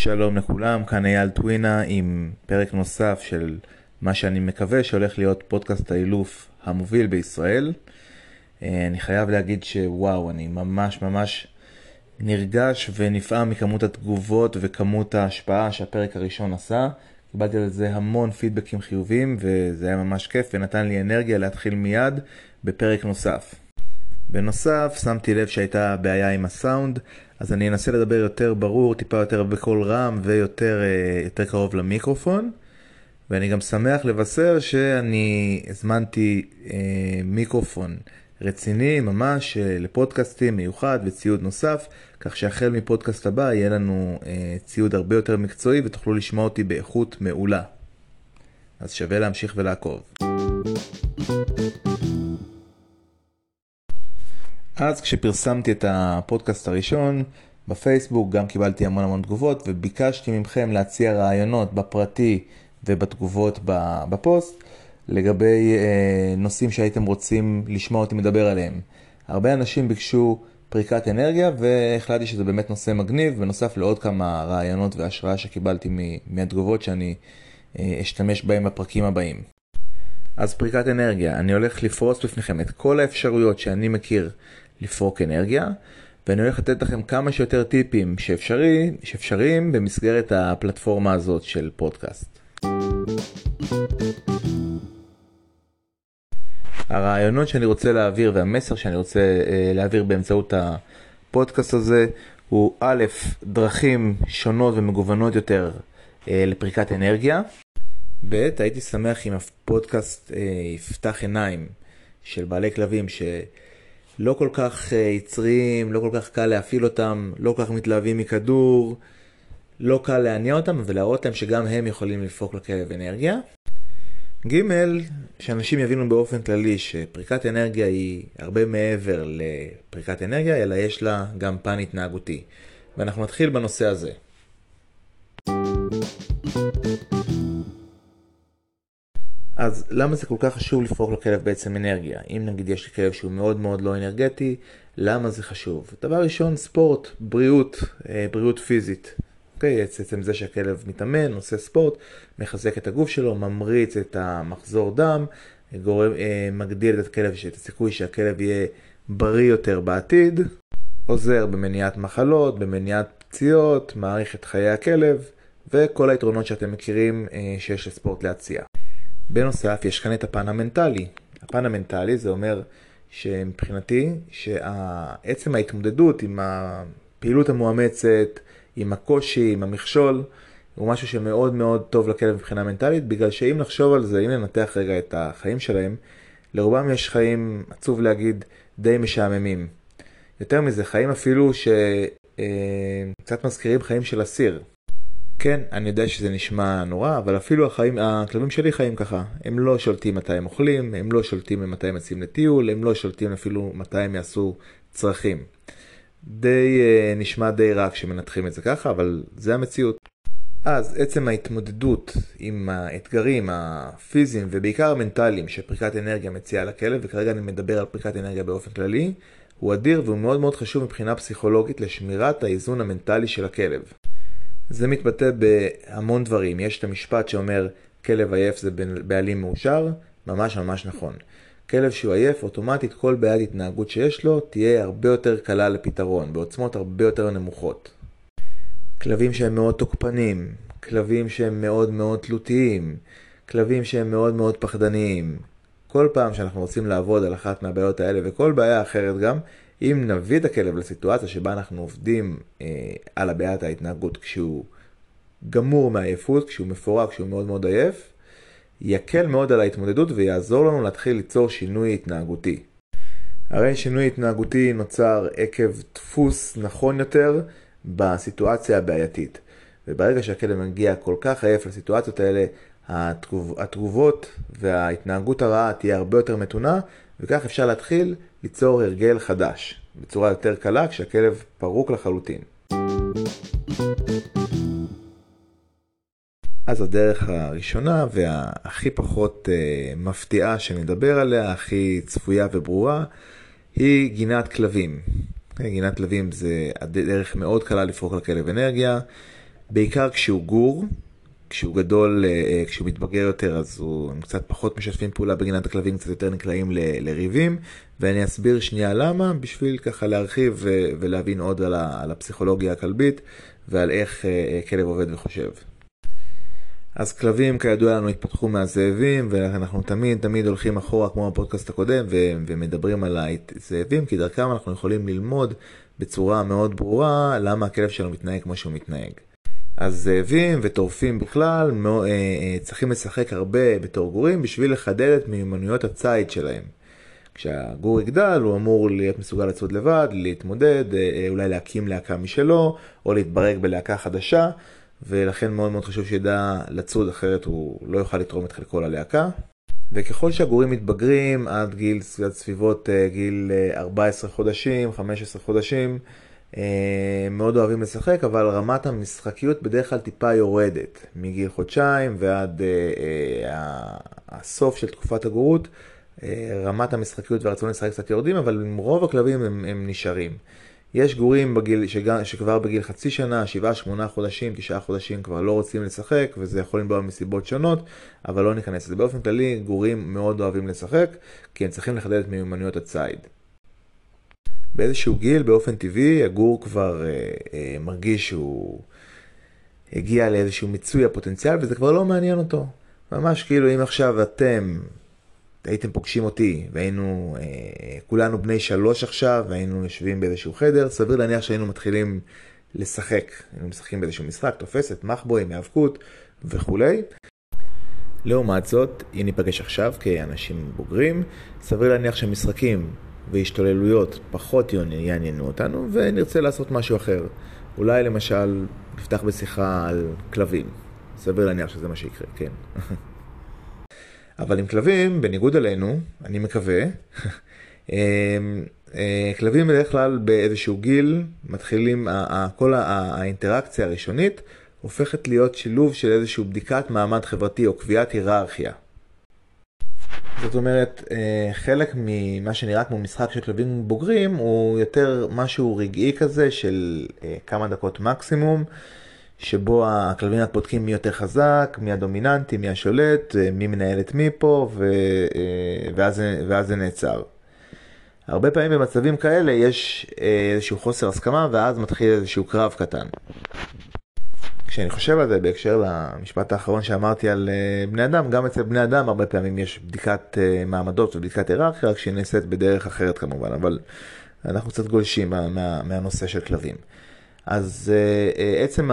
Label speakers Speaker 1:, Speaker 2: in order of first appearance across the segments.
Speaker 1: שלום לכולם, כאן אייל טווינה עם פרק נוסף של מה שאני מקווה שהולך להיות פודקאסט האילוף המוביל בישראל. אני חייב להגיד שוואו, אני ממש נרגש ונפעם מכמות התגובות וכמות ההשפעה שהפרק הראשון עשה. קיבלתי על זה המון פידבקים חיוביים וזה היה ממש כיף ונתן לי אנרגיה להתחיל מיד בפרק נוסף. בנוסף, שמתי לב שהייתה בעיה עם הסאונד, אז אני אנסה לדבר יותר ברור, טיפה יותר בקול רם ויותר קרוב למיקרופון. ואני גם שמח לבשר שאני הזמנתי מיקרופון רציני ממש לפודקאסטים מיוחד וציוד נוסף, כך שהחל מפודקאסט הבא יהיה לנו ציוד הרבה יותר מקצועי ותוכלו לשמוע אותי באיכות מעולה. אז שווה להמשיך ולעקוב. אז כשפרסמתי את הפודקאסט הראשון בפייסבוק גם קיבלתי המון תגובות וביקשתי מכם להציע רעיונות בפרטי ובתגובות בפוסט לגבי נושאים שהייתם רוצים לשמוע אותי מדבר עליהם. הרבה אנשים ביקשו פריקת אנרגיה והחלטתי שזה באמת נושא מגניב בנוסף לעוד כמה רעיונות והשראה שקיבלתי מהתגובות שאני אשתמש בהם בפרקים הבאים. אז פריקת אנרגיה, אני הולך לפרוס בפניכם את כל האפשרויות שאני מכיר לפרוק אנרגיה, ואני הולך לתת לכם כמה שיותר טיפים שאפשריים במסגרת הפלטפורמה הזאת של פודקאסט. הרעיונות שאני רוצה להעביר והמסר שאני רוצה להעביר באמצעות הפודקאסט הזה הוא א', דרכים שונות ומגוונות יותר לפריקת אנרגיה. ב', הייתי שמח אם הפודקאסט יפתח עיניים של בעלי כלבים שלא כל כך יצריים, לא כל כך קל להפעיל אותם, לא כל כך מתלהבים מכדור, לא קל להניע אותם ולהראות להם שגם הם יכולים לפרוק לכלב אנרגיה. ג', שאנשים יבינו באופן כללי שפריקת אנרגיה היא הרבה מעבר לפריקת אנרגיה, אלא יש לה גם פן התנהגותי. ואנחנו נתחיל בנושא הזה. אז למה זה כל כך חשוב לפרוק לכלב בעצם אנרגיה? אם נגיד יש לי כלב שהוא מאוד לא אנרגטי, למה זה חשוב? דבר ראשון, ספורט, בריאות פיזית. עצם זה שהכלב מתאמן, עושה ספורט, מחזק את הגוף שלו, ממריץ את המחזור דם, מגדיל את הכלב, את הסיכוי שהכלב יהיה בריא יותר בעתיד, עוזר במניעת מחלות, במניעת פציעות, מעריך את חיי הכלב, וכל היתרונות שאתם מכירים שיש לספורט להציע. בנוסף, יש כאן את הפן המנטלי. הפן המנטלי זה אומר שמבחינתי, שעצם ההתמודדות עם הפעילות המואמצת, עם הקושי, עם המכשול, הוא משהו שמאוד טוב לכלב מבחינה מנטלית, בגלל שאם נחשוב על זה, אם ננתח רגע את החיים שלהם, לרובם יש חיים, עצוב להגיד, די משעממים. יותר מזה, חיים אפילו שקצת מזכירים חיים של אסיר. כן, אני יודע שזה נשמע נורא, אבל אפילו הכלבים שלי חיים ככה. הם לא שולטים מתי הם אוכלים, הם לא שולטים מתי הם יוצאים לטיול, הם לא שולטים אפילו מתי הם יעשו צרכים. נשמע די רע כשמנתחים את זה ככה, אבל זה המציאות. אז עצם ההתמודדות עם האתגרים הפיזיים ובעיקר המנטליים שפריקת אנרגיה מציעה לכלב, וכרגע אני מדבר על פריקת אנרגיה באופן כללי, הוא אדיר והוא מאוד חשוב מבחינה פסיכולוגית לשמירת האיזון המנטלי של הכלב. זה מתבטא בהמון דברים. יש את המשפט שאומר כלב עייף זה בעלים מאושר, ממש נכון. כלב שהוא עייף, אוטומטית כל בעיית התנהגות שיש לו תהיה הרבה יותר קלה לפתרון, בעוצמות הרבה יותר נמוכות. כלבים שהם מאוד תוקפנים, כלבים שהם מאוד תלותיים, כלבים שהם מאוד פחדניים. כל פעם שאנחנו רוצים לעבוד על אחת מהבעיות האלה וכל בעיה אחרת גם, אם נביא את הכלב לסיטואציה שבה אנחנו עובדים על הבעיית ההתנהגות כשהוא גמור מעייפות, כשהוא מפורק, כשהוא מאוד עייף, יקל מאוד על ההתמודדות ויעזור לנו להתחיל ליצור שינוי התנהגותי. הרי שינוי התנהגותי נוצר עקב דפוס נכון יותר בסיטואציה הבעייתית. וברגע שהכלב מגיע כל כך עייף לסיטואציות האלה, התגובות וההתנהגות הרעה תהיה הרבה יותר מתונה, וכך אפשר להתחיל ליצור הרגל חדש, בצורה יותר קלה כשהכלב פרוק לחלוטין. אז הדרך הראשונה והכי פחות מפתיעה שנדבר עליה, הכי צפויה וברורה, היא גינת כלבים. גינת כלבים זה דרך מאוד קלה לפרוק לכלב אנרגיה. בעיקר כשהוא גור, כשהוא גדול, כשהוא מתבגר יותר, אז הם קצת פחות משתפים פעולה בגינת הכלבים, קצת יותר נקלעים לריבים, ואני אסביר שנייה למה, בשביל ככה להרחיב ולהבין עוד על הפסיכולוגיה הכלבית, ועל איך כלב עובד וחושב. אז כלבים כידוע לנו התפתחו מהזאבים, ואנחנו תמיד הולכים אחורה כמו בפודקאסט הקודם, ומדברים על הזאבים, כי דרכם אנחנו יכולים ללמוד בצורה מאוד ברורה למה הכלב שלנו מתנהג כמו שהוא מתנהג. אז זאבים וטורפים בכלל צריכים לשחק הרבה בתור גורים בשביל לחדד את מיומנויות הציד שלהם. כשהגור יגדל הוא אמור להיות מסוגל לצוד לבד, להתמודד, אולי להקים להקה משלו, או להתברג בלהקה חדשה, ולכן מאוד מאוד חשוב שידע לצוד, אחרת הוא לא יוכל לתרום את חלקו ללהקה. וככל שהגורים מתבגרים עד סביבות גיל 14 חודשים, 15 חודשים, מאוד אוהבים לשחק, אבל רמת המשחקיות בדרך כלל טיפה יורדת. מגיל חודשיים ועד הסוף של תקופת הגורות, רמת המשחקיות והרצון לשחק קצת יורדים, אבל עם רוב הכלבים הם נשארים. יש גורים שכבר בגיל חצי שנה, 7-8 חודשים, 9 חודשים כבר לא רוצים לשחק, וזה יכול לנבוע מסיבות שונות, אבל לא ניכנס לזה. באופן כללי, גורים מאוד אוהבים לשחק, כי הם צריכים לחדד את מיומנויות הציד. באיזשהו גיל, באופן טבעי, הגור כבר מרגיש שהוא הגיע לאיזשהו מיצוי הפוטנציאל, וזה כבר לא מעניין אותו. ממש כאילו אם עכשיו אתם הייתם פוגשים אותי, והיינו כולנו בני 3 עכשיו, והיינו יושבים באיזשהו חדר, סביר להניח שהיינו מתחילים לשחק. היינו משחקים באיזשהו משחק, תופסת, מחבוי, מאבקות וכו'. לעומת זאת, אם ניפגש עכשיו כאנשים בוגרים, סביר להניח שמשחקים והשתוללויות פחות יעניינו אותנו, ונרצה לעשות משהו אחר. אולי למשל נפתח בשיחה על כלבים. סביר להניח שזה מה שיקרה, כן. אבל עם כלבים, בניגוד אלינו, אני מקווה, כלבים בדרך כלל באיזשהו גיל מתחילים, כל האינטראקציה הראשונית הופכת להיות שילוב של איזשהו בדיקת מעמד חברתי או קביעת היררכיה. זאת אומרת, חלק ממה שנראה כמו משחק של כלבים בוגרים הוא יותר משהו רגעי כזה של כמה דקות מקסימום, שבו הכלבים בודקים מי יותר חזק, מי הדומיננטי, מי השולט, מי מנהל את מי פה, ואז זה נעצר. הרבה פעמים במצבים כאלה יש איזשהו חוסר הסכמה, ואז מתחיל איזשהו קרב קטן. כשאני חושב על זה בהקשר למשפט האחרון שאמרתי על בני אדם, גם אצל בני אדם הרבה פעמים יש בדיקת מעמדות ובדיקת היררכיה, רק שהיא נעשית בדרך אחרת כמובן, אבל אנחנו קצת גולשים מהנושא של כלבים. אז עצם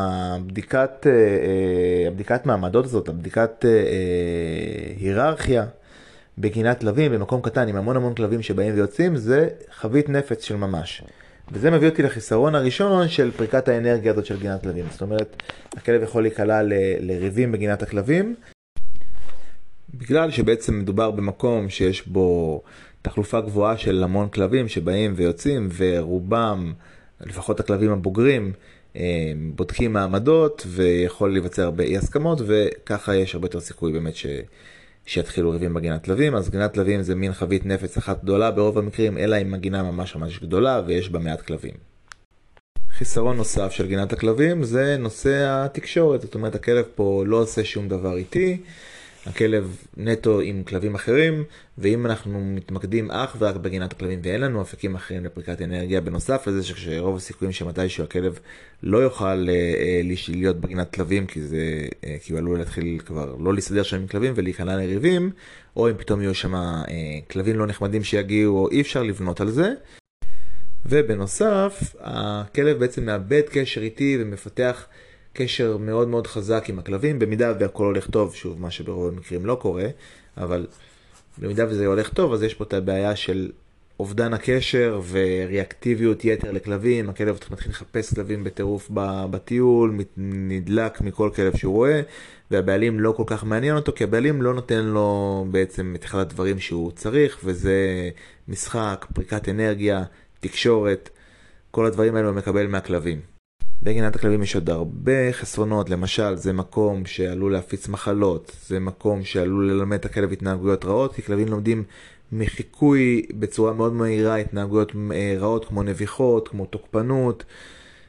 Speaker 1: הבדיקת מעמדות הזאת, הבדיקת היררכיה בגינת כלבים, במקום קטן עם המון כלבים שבאים ויוצאים, זה חבית נפץ של ממש. וזה מביא אותי לחיסרון הראשון של פריקת האנרגיה הזאת של גינת כלבים. זאת אומרת, הכלב יכול להיקלע לריבים בגינת הכלבים, בגלל שבעצם מדובר במקום שיש בו תחלופה גבוהה של המון כלבים שבאים ויוצאים, ורובם, לפחות הכלבים הבוגרים, בודקים מעמדות, ויכול להיווצר הרבה אי הסכמות, וככה יש הרבה יותר סיכוי באמת שיתחילו ריבים בגינת כלבים. אז גינת כלבים זה מין חבית נפץ אחת גדולה ברוב המקרים, אלא עם הגינה ממש גדולה ויש בה מעט כלבים. חיסרון נוסף של גינת הכלבים זה נושא התקשורת. זאת אומרת, הכלב פה לא עושה שום דבר איתי, הכלב נטו עם כלבים אחרים, ואם אנחנו מתמקדים אך ורק בגינת הכלבים ואין לנו אפיקים אחרים לפריקת אנרגיה, בנוסף לזה שרוב הסיכויים שמתישהו הכלב לא יוכל להיות בגינת כלבים, כי הוא עלול להתחיל כבר לא להסתדר שם עם כלבים ולהיכנע לריבים, או אם פתאום יהיו שם כלבים לא נחמדים שיגיעו, או אי אפשר לבנות על זה. ובנוסף, הכלב בעצם מאבד קשר איתי ומפתח קשר מאוד מאוד חזק עם הכלבים, במידה והכל הולך טוב, שוב, מה שברוב המקרים לא קורה, אבל במידה וזה הולך טוב, אז יש פה את הבעיה של אובדן הקשר וריאקטיביות יתר לכלבים. הכלב מתחיל לחפש כלבים בטירוף בטיול, נדלק מכל כלב שהוא רואה, והבעלים לא כל כך מעניין אותו, כי הבעלים לא נותן לו בעצם את אחד הדברים שהוא צריך, וזה משחק, פריקת אנרגיה, תקשורת, כל הדברים האלו הוא מקבל מהכלבים. בגינת הכלבים יש עוד הרבה חסרונות. למשל, זה מקום שעלול להפיץ מחלות, זה מקום שעלול ללמד את הכלב התנהגויות רעות, כי כלבים לומדים מחיקוי בצורה מאוד מהירה התנהגויות רעות כמו נביחות, כמו תוקפנות,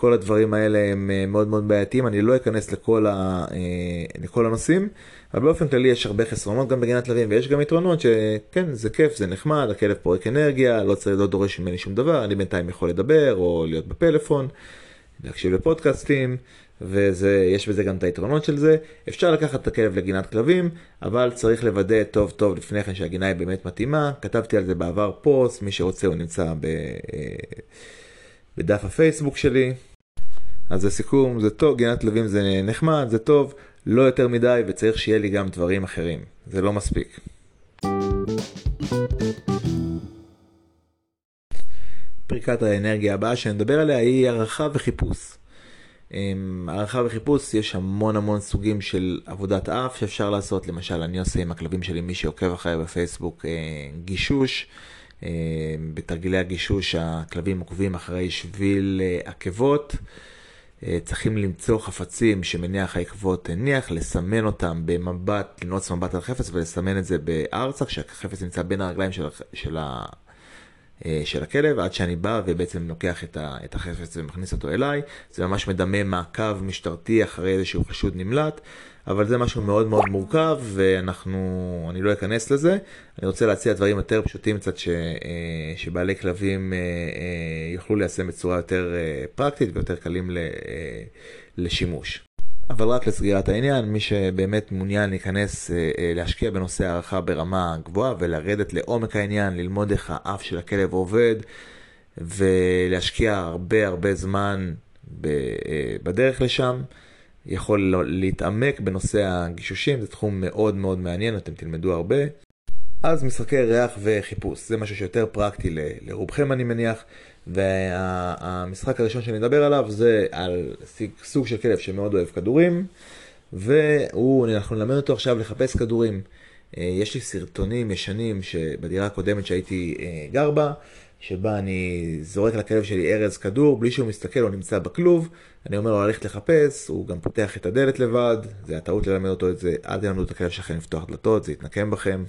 Speaker 1: כל הדברים האלה הם מאוד מאוד בעייתיים, אני לא אכנס לכל הנושאים, אבל באופן כללי יש הרבה חסרונות גם בגינת כלבים, ויש גם יתרונות שכן, זה כיף, זה נחמד, הכלב פורק אנרגיה, לא דורש ממני שום דבר, אני בינתיים יכול לדבר או להיות בפלאפון, להקשיב לפודקאסטים, ויש בזה גם את היתרונות של זה. אפשר לקחת את הכלב לגינת כלבים, אבל צריך לוודא טוב טוב לפני כן שהגינה היא באמת מתאימה. כתבתי על זה בעבר פוסט, מי שרוצה הוא נמצא בדף הפייסבוק שלי. אז לסיכום, זה טוב, גינת כלבים זה נחמד, זה טוב, לא יותר מדי, וצריך שיהיה לי גם דברים אחרים. זה לא מספיק. פריקת האנרגיה הבאה שנדבר עליה היא הערכה וחיפוש. הערכה וחיפוש, יש המון סוגים של עבודת אף שאפשר לעשות. למשל, אני עושה עם הכלבים שלי, מי שעוקב אחרי בפייסבוק, גישוש. בתרגילי הגישוש הכלבים עוקבים אחרי שביל עקבות. צריכים למצוא חפצים שמניח העקבות הניח, לסמן אותם במבט, לנוץ מבט על חפץ ולסמן את זה בארצה, כשהחפץ נמצא בין הרגליים של הכלב, עד שאני בא ובעצם לוקח את החפץ ומכניס אותו אליי. זה ממש מדמה מעקב משטרתי אחרי איזשהו חשוד נמלט, אבל זה משהו מאוד מאוד מורכב, אני לא אכנס לזה. אני רוצה להציע דברים יותר פשוטים קצת, שבעלי כלבים יוכלו ליישם בצורה יותר פרקטית ויותר קלים לשימוש. אבל רק לסגירת העניין, מי שבאמת מעוניין להיכנס, להשקיע בנושא הערכה ברמה גבוהה ולרדת לעומק העניין, ללמוד איך האף של הכלב עובד, ולהשקיע הרבה זמן בדרך לשם, יכול להתעמק בנושא הגישושים, זה תחום מאוד מאוד מעניין, אתם תלמדו הרבה. אז משחקי ריח וחיפוש, זה משהו שיותר פרקטי לרובכם אני מניח, והמשחק הראשון שאני אדבר עליו זה על סוג של כלב שמאוד אוהב כדורים, ואנחנו נלמד אותו עכשיו לחפש כדורים. יש לי סרטונים ישנים שבדירה הקודמת שהייתי גר בה, שבה אני זורק לכלב שלי ארז כדור, בלי שהוא מסתכל, הוא נמצא בכלוב, אני אומר לו ללכת לחפש, הוא גם פותח את הדלת לבד, זה הטעות ללמד אותו את זה, אל תלמדו את הכלב שלכם לפתוח דלתות, זה יתנקם בכם.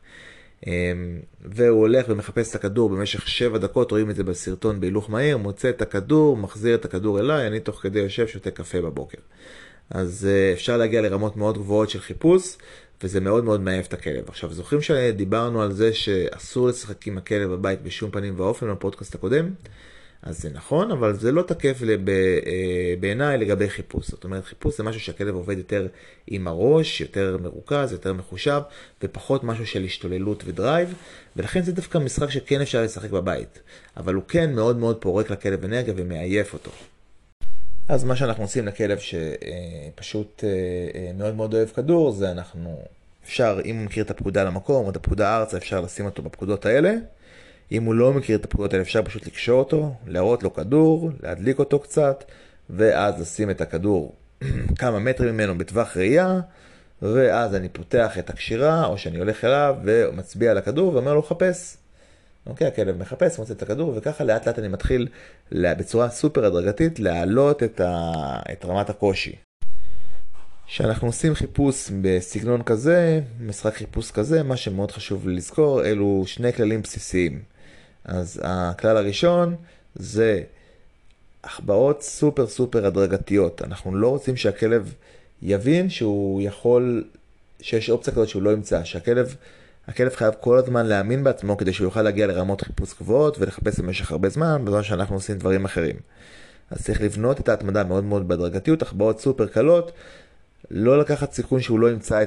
Speaker 1: והוא הולך ומחפש את הכדור במשך 7 דקות, רואים את זה בסרטון בהילוך מהיר, מוצא את הכדור, מחזיר את הכדור אליי, אני תוך כדי יושב שותה קפה בבוקר. אז אפשר להגיע לרמות מאוד גבוהות של חיפוש, וזה מאוד מאוד מעייף את הכלב. עכשיו, זוכרים שדיברנו על זה שאסור לשחק עם הכלב בבית בשום פנים ואופן בפודקאסט הקודם? אז זה נכון, אבל זה לא תקף בעיניי לגבי חיפוש. זאת אומרת, חיפוש זה משהו שהכלב עובד יותר עם הראש, יותר מרוכז, יותר מחושב, ופחות משהו של השתוללות ודרייב, ולכן זה דווקא משחק שכן אפשר לשחק בבית. אבל הוא כן מאוד מאוד פורק לכלב אנרגיה ומעייף אותו. אז מה שאנחנו עושים לכלב שפשוט מאוד מאוד אוהב כדור, זה אפשר, אם הוא מכיר את הפקודה למקום או את הפקודה ארצה, אפשר לשים אותו בפקודות האלה. אם הוא לא מכיר את הפקודות האלה, אפשר פשוט לקשור אותו, להראות לו כדור, להדליק אותו קצת, ואז לשים את הכדור כמה מטרים ממנו בטווח ראייה, ואז אני פותח את הקשירה, או שאני הולך אליו ומצביע על הכדור ואומר לו חפש. אוקיי, הכלב מחפש, מוצא את הכדור, וככה לאט לאט אני מתחיל בצורה סופר הדרגתית להעלות את רמת הקושי. כשאנחנו עושים חיפוש בסגנון כזה, משחק חיפוש כזה, מה שמאוד חשוב לזכור, אלו 2 כללים בסיסיים. אז הכלל הראשון זה החבאות סופר סופר הדרגתיות. אנחנו לא רוצים שהכלב יבין שיש אופציה כזאת שהוא לא ימצא, הכלב חייב כל הזמן להאמין בעצמו כדי שהוא יוכל להגיע לרמות חיפוש גבוהות ולחפש במשך הרבה זמן, בזמן שאנחנו עושים דברים אחרים. אז צריך לבנות את ההתמדה מאוד מאוד בהדרגתיות, החבאות סופר קלות, לא לקחת סיכון שהוא לא ימצא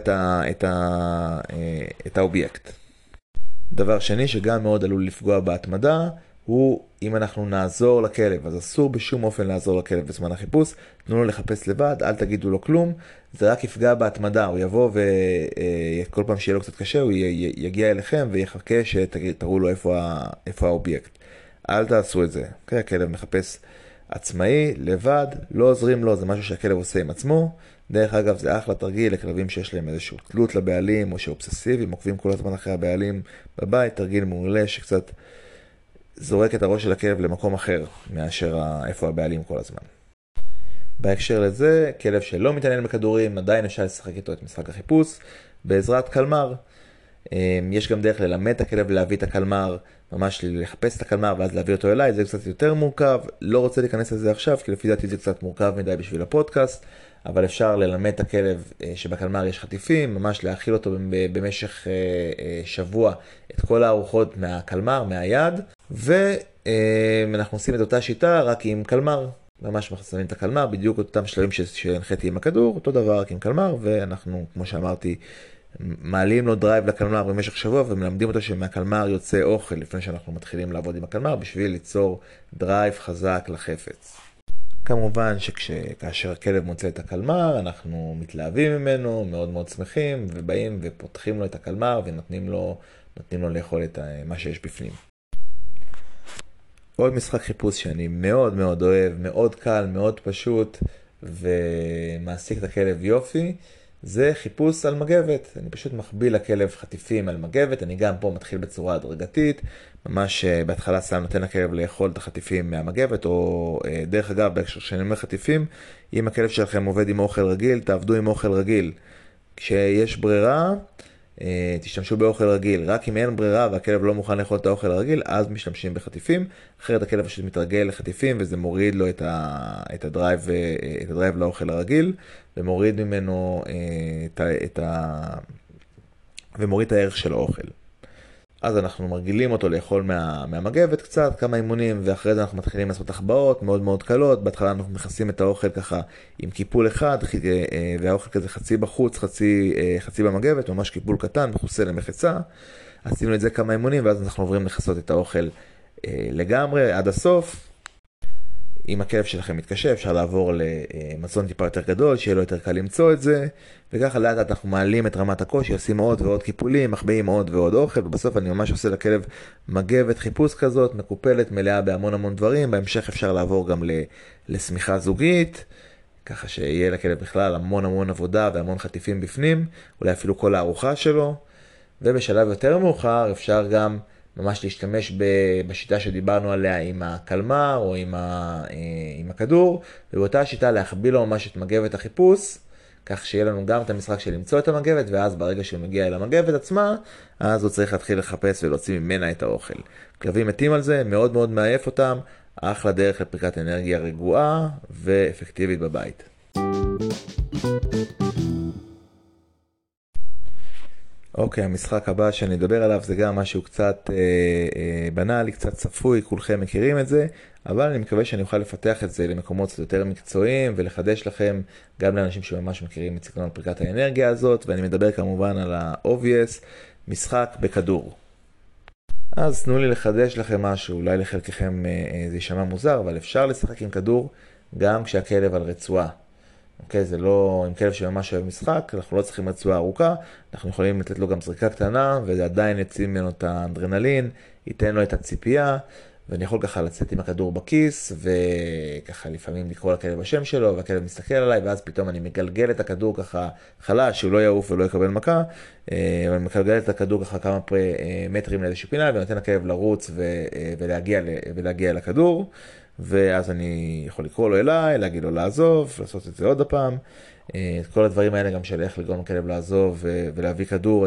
Speaker 1: את האובייקט. דבר שני שגם מאוד עלול לפגוע בהתמדה, הוא אם אנחנו נעזור לכלב, אז אסור בשום אופן לעזור לכלב בזמן החיפוש, תנו לו לחפש לבד, אל תגידו לו כלום, זה רק יפגע בהתמדה, הוא יבוא וכל פעם שיהיה לו קצת קשה, הוא יגיע אליכם ויחכה שתראו לו איפה האובייקט. אל תעשו את זה, okay, הכלב מחפש עצמאי, לבד, לא עוזרים לו, זה משהו שהכלב עושה עם עצמו. דרך אגב, זה אחלה תרגיל לכלבים שיש להם איזשהו תלות לבעלים, או שאובססיביים, עוקבים כל הזמן אחרי הבעלים בבית, תרגיל מעולה שקצת זורק את הראש של הכלב למקום אחר, מאשר איפה הבעלים כל הזמן. בהקשר לזה, כלב שלא מתעניין בכדורים, עדיין אפשר לשחק איתו את משחק החיפוש, בעזרת קלמר. יש גם דרך ללמד את הכלב להביא את הקלמר ממש לחפש את הקלמר ואז להביא אותו אליי, זה קצת יותר מורכב, לא רוצה להיכנס לזה עכשיו, כי לפי דעתי זה קצת מורכב מדי בשביל הפודקאסט, אבל אפשר ללמד את הכלב שבקלמר יש חטיפים, ממש להאכיל אותו במשך שבוע את כל הארוחות מהקלמר, מהיד, ואנחנו עושים את אותה שיטה רק עם קלמר, ממש מחסנים את הקלמר, בדיוק אותם שלבים שהנחיתי עם הכדור, אותו דבר רק עם קלמר, ואנחנו, כמו שאמרתי, מעלים לו דרייב לקלמר במשך שבוע ומלמדים אותו שמהקלמר יוצא אוכל לפני שאנחנו מתחילים לעבוד עם הקלמר בשביל ליצור דרייב חזק לחפץ. כמובן שכאשר הכלב מוצא את הקלמר אנחנו מתלהבים ממנו, מאוד מאוד שמחים ובאים ופותחים לו את הקלמר ונותנים לו לאכול את מה שיש בפנים. עוד משחק חיפוש שאני מאוד מאוד אוהב, מאוד קל, מאוד פשוט ומעסיק את הכלב יופי, זה חיפוש על מגבת. אני פשוט מחביא לכלב חטיפים על מגבת, אני גם פה מתחיל בצורה הדרגתית, ממש בהתחלה שם נותן לכלב לאכול את החטיפים מהמגבת, או דרך אגב, בהקשר שאני אומר חטיפים, אם הכלב שלכם עובד עם אוכל רגיל, תעבדו עם אוכל רגיל. כשיש ברירה, תשתמשו באוכל רגיל, רק אם אין ברירה והכלב לא מוכן לאכול את האוכל הרגיל, אז משתמשים בחטיפים, אחרת הכלב פשוט מתרגל לחטיפים וזה מוריד לו את הדרייב לאוכל הרגיל, ומוריד ממנו ומוריד את הערך של האוכל. אז אנחנו מרגילים אותו לאכול מהמגבת קצת, כמה אימונים, ואחרי זה אנחנו מתחילים לעשות החבאות מאוד מאוד קלות. בהתחלה אנחנו מכסים את האוכל ככה עם קיפול אחד, והאוכל כזה חצי בחוץ, חצי במגבת, ממש קיפול קטן, מכוסה למחצה. עשינו את זה כמה אימונים, ואז אנחנו עוברים לחסות את האוכל לגמרי, עד הסוף. אם הכלב שלכם מתקשה, אפשר לעבור למזון טיפה יותר גדול, שיהיה לו יותר קל למצוא את זה, וככה לאט לאט אנחנו מעלים את רמת הקושי, עושים עוד ועוד קיפולים, מחביאים עוד ועוד אוכל, ובסוף אני ממש עושה לכלב מגבת חיפוש כזאת, מקופלת, מלאה בהמון המון דברים, בהמשך אפשר לעבור גם לשמיכה זוגית, ככה שיהיה לכלב בכלל המון המון עבודה והמון חטיפים בפנים, אולי אפילו כל הארוחה שלו, ובשלב יותר מאוחר אפשר גם ממש להשתמש בשיטה שדיברנו עליה עם הקלמר או עם הכדור, ובאותה השיטה להחביא לו ממש את מגבת החיפוש, כך שיהיה לנו גם את המשחק של למצוא את המגבת, ואז ברגע שהוא מגיע אל המגבת עצמה, אז הוא צריך להתחיל לחפש ולהוציא ממנה את האוכל. כלבים מתים על זה, מאוד מאוד מעייף אותם, אחלה דרך לפריקת אנרגיה רגועה ואפקטיבית בבית. אוקיי, המשחק הבא שאני אדבר עליו זה גם משהו קצת בנאלי, קצת צפוי, כולכם מכירים את זה, אבל אני מקווה שאני אוכל לפתח את זה למקומות קצת יותר מקצועיים ולחדש לכם גם לאנשים שממש מכירים את סגנון פריקת האנרגיה הזאת, ואני מדבר כמובן על ה-obvious, משחק בכדור. אז תנו לי לחדש לכם משהו, אולי לחלקכם זה יישמע מוזר, אבל אפשר לשחק עם כדור גם כשהכלב על רצועה. אוקיי, זה לא עם כלב שממש אוהב משחק, אנחנו לא צריכים רצועה ארוכה, אנחנו יכולים לתת לו גם זריקה קטנה, וזה עדיין יוציא ממנו את האנדרנלין, ייתן לו את הציפייה, ואני יכול ככה לצאת עם הכדור בכיס, וככה לפעמים לקרוא לכלב בשם שלו, והכלב מסתכל עליי, ואז פתאום אני מגלגל את הכדור ככה חלש, שהוא לא יעוף ולא יקבל מכה, אבל אני מגלגל את הכדור ככה כמה מטרים לאיזושהי פינה, ונותן לכלב לרוץ ולהגיע לכדור, ואז אני יכול לקרוא לו אליי, להגיד לו לעזוב, לעשות את זה עוד הפעם. את כל הדברים האלה גם של איך לגרום לכלב לעזוב ולהביא כדור,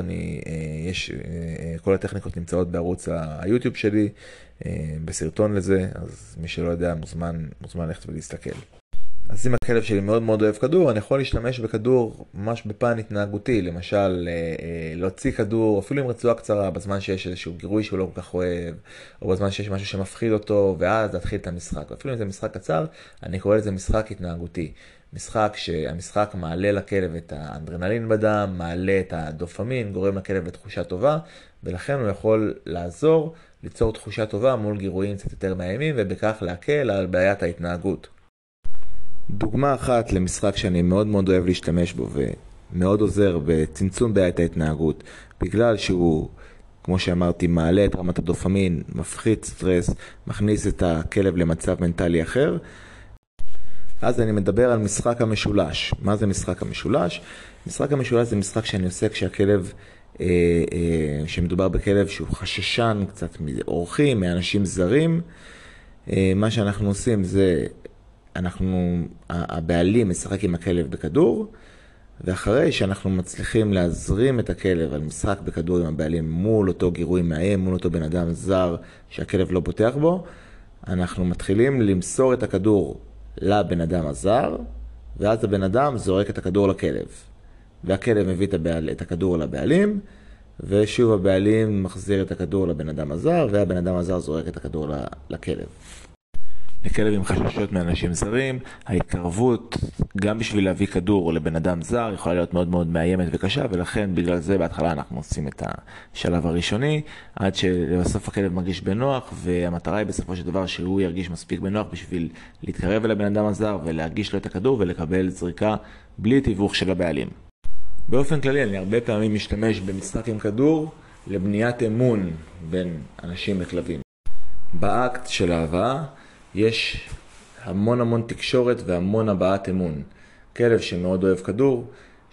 Speaker 1: כל הטכניקות נמצאות בערוץ היוטיוב שלי, בסרטון לזה, אז מי שלא יודע מוזמן ללכת ולהסתכל. אז אם הכלב שלי מאוד מאוד אוהב כדור, אני יכול להשתמש בכדור ממש בפן התנהגותי, למשל להוציא כדור, אפילו עם רצועה קצרה, בזמן שיש איזשהו גירוי שהוא לא כל כך אוהב, או בזמן שיש משהו שמפחיד אותו, ואז להתחיל את המשחק. אפילו אם זה משחק קצר, אני קורא לזה משחק התנהגותי. משחק שהמשחק מעלה לכלב את האנדרנלין בדם, מעלה את הדופמין, גורם לכלב לתחושה טובה, ולכן הוא יכול לעזור, ליצור תחושה טובה מול גירויים קצת יותר מאיימים, ובכך להקל על בעיית ההתנהגות. דוגמה אחת למשחק שאני מאוד מאוד אוהב להשתמש בו ומאוד עוזר בצמצום בעיית ההתנהגות, בגלל שהוא, כמו שאמרתי, מעלה את רמת הדופמין, מפחית סטרס, מכניס את הכלב למצב מנטלי אחר. אז אני מדבר על משחק המשולש. מה זה משחק המשולש? משחק המשולש זה משחק שאני עושה כשהכלב, שמדובר בכלב שהוא חששן קצת מאורחים, מאנשים זרים. מה שאנחנו עושים זה, הבעלים משחק עם הכלב בכדור, ואחרי שאנחנו מצליחים להזרים את הכלב על משחק בכדור עם הבעלים מול אותו גירוי מאיים, מול אותו בן אדם זר שהכלב לא פותח בו, אנחנו מתחילים למסור את הכדור לבן אדם הזר, ואז הבן אדם זורק את הכדור לכלב. והכלב מביא את הכדור לבעלים, ושוב הבעלים מחזיר את הכדור לבן אדם הזר, והבן אדם הזר זורק את הכדור לכלב. לכלב עם חששות מאנשים זרים, ההתקרבות גם בשביל להביא כדור לבן אדם זר יכולה להיות מאוד מאוד מאיימת וקשה, ולכן בגלל זה בהתחלה אנחנו עושים את השלב הראשוני, עד שבסוף הכלב מרגיש בנוח, והמטרה היא בסופו של דבר שהוא ירגיש מספיק בנוח בשביל להתקרב אל הבן אדם הזר ולהגיש לו את הכדור ולקבל זריקה בלי תיווך של הבעלים. באופן כללי אני הרבה פעמים משתמש במשחק עם כדור לבניית אמון בין אנשים לכלבים. באקט של ההבאה יש המון תקשורת והמון הבעת אמון. כלב שמאוד אוהב כדור,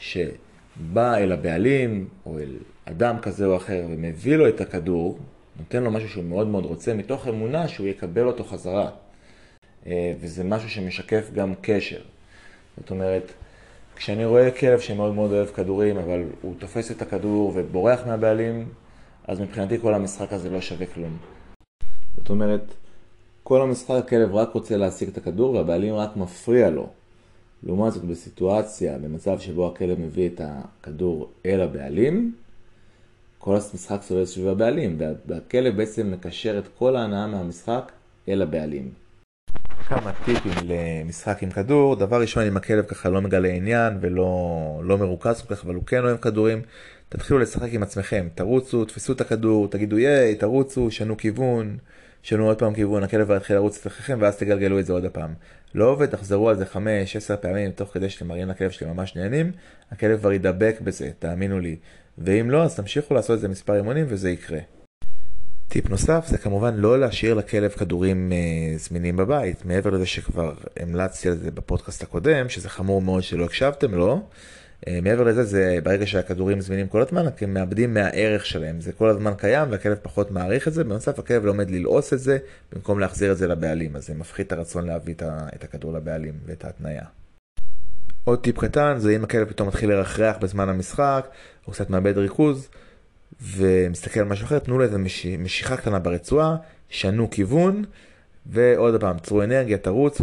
Speaker 1: שבא אל הבעלים או אל אדם כזה או אחר ומביא לו את הכדור, נותן לו משהו שהוא מאוד רוצה, מתוך אמונה שהוא יקבל אותו חזרה. וזה משהו שמשקף גם קשר. זאת אומרת, כשאני רואה כלב שמאוד אוהב כדורים, אבל הוא תופס את הכדור ובורח מהבעלים, אז מבחינתי כל המשחק הזה לא שווה כלום. זאת אומרת, כל המשחק הכלב רק רוצה להשיג את הכדור והבעלים רק מפריע לו. לעומת זאת בסיטואציה, במצב שבו הכלב מביא את הכדור אל הבעלים, כל המשחק סובב סביב הבעלים, והכלב בעצם מקשר את כל ההנאה מהמשחק אל הבעלים. כמה טיפים למשחק עם כדור. דבר ראשון, אם הכלב ככה לא מגלה עניין ולא מרוכז כל כך, אבל הוא כן אוהב כדורים, תתחילו לשחק עם עצמכם. תרוצו, תפסו את הכדור, תגידו ייי, תרוצו, שנו כיוון, שנו עוד פעם כיוון, הכלב יתחיל לרוץ אצלכם ואז תגלגלו את זה עוד פעם. לא עובד, תחזרו על זה 5-10 פעמים תוך כדי שאתם מראים לכלב שאתם ממש נהנים, הכלב כבר ידבק בזה, תאמינו לי. ואם לא, אז תמשיכו לעשות את זה מספר אימונים וזה יקרה. טיפ נוסף זה כמובן לא להשאיר לכלב כדורים זמינים בבית. מעבר לזה שכבר המלצתי על זה בפודקאסט הקודם, שזה חמור מאוד שלא הקשבתם לו. מעבר לזה, זה ברגע שהכדורים זמינים כל הזמן, אתם מאבדים מהערך שלהם. זה כל הזמן קיים והכלב פחות מעריך את זה. בנוסף, הכלב לומד ללעוס את זה במקום להחזיר את זה לבעלים. אז זה מפחית את הרצון להביא את הכדור לבעלים ואת ההתניה. עוד טיפ קטן, זה אם הכלב פתאום מתחיל לרחרח בזמן המשחק, או קצת מאבד ריכוז, ומסתכל על משהו אחר, תנו לו איזו משיכה קטנה ברצועה, שנו כיוון, ועוד פעם, תצרו אנרגיה, תרוץ,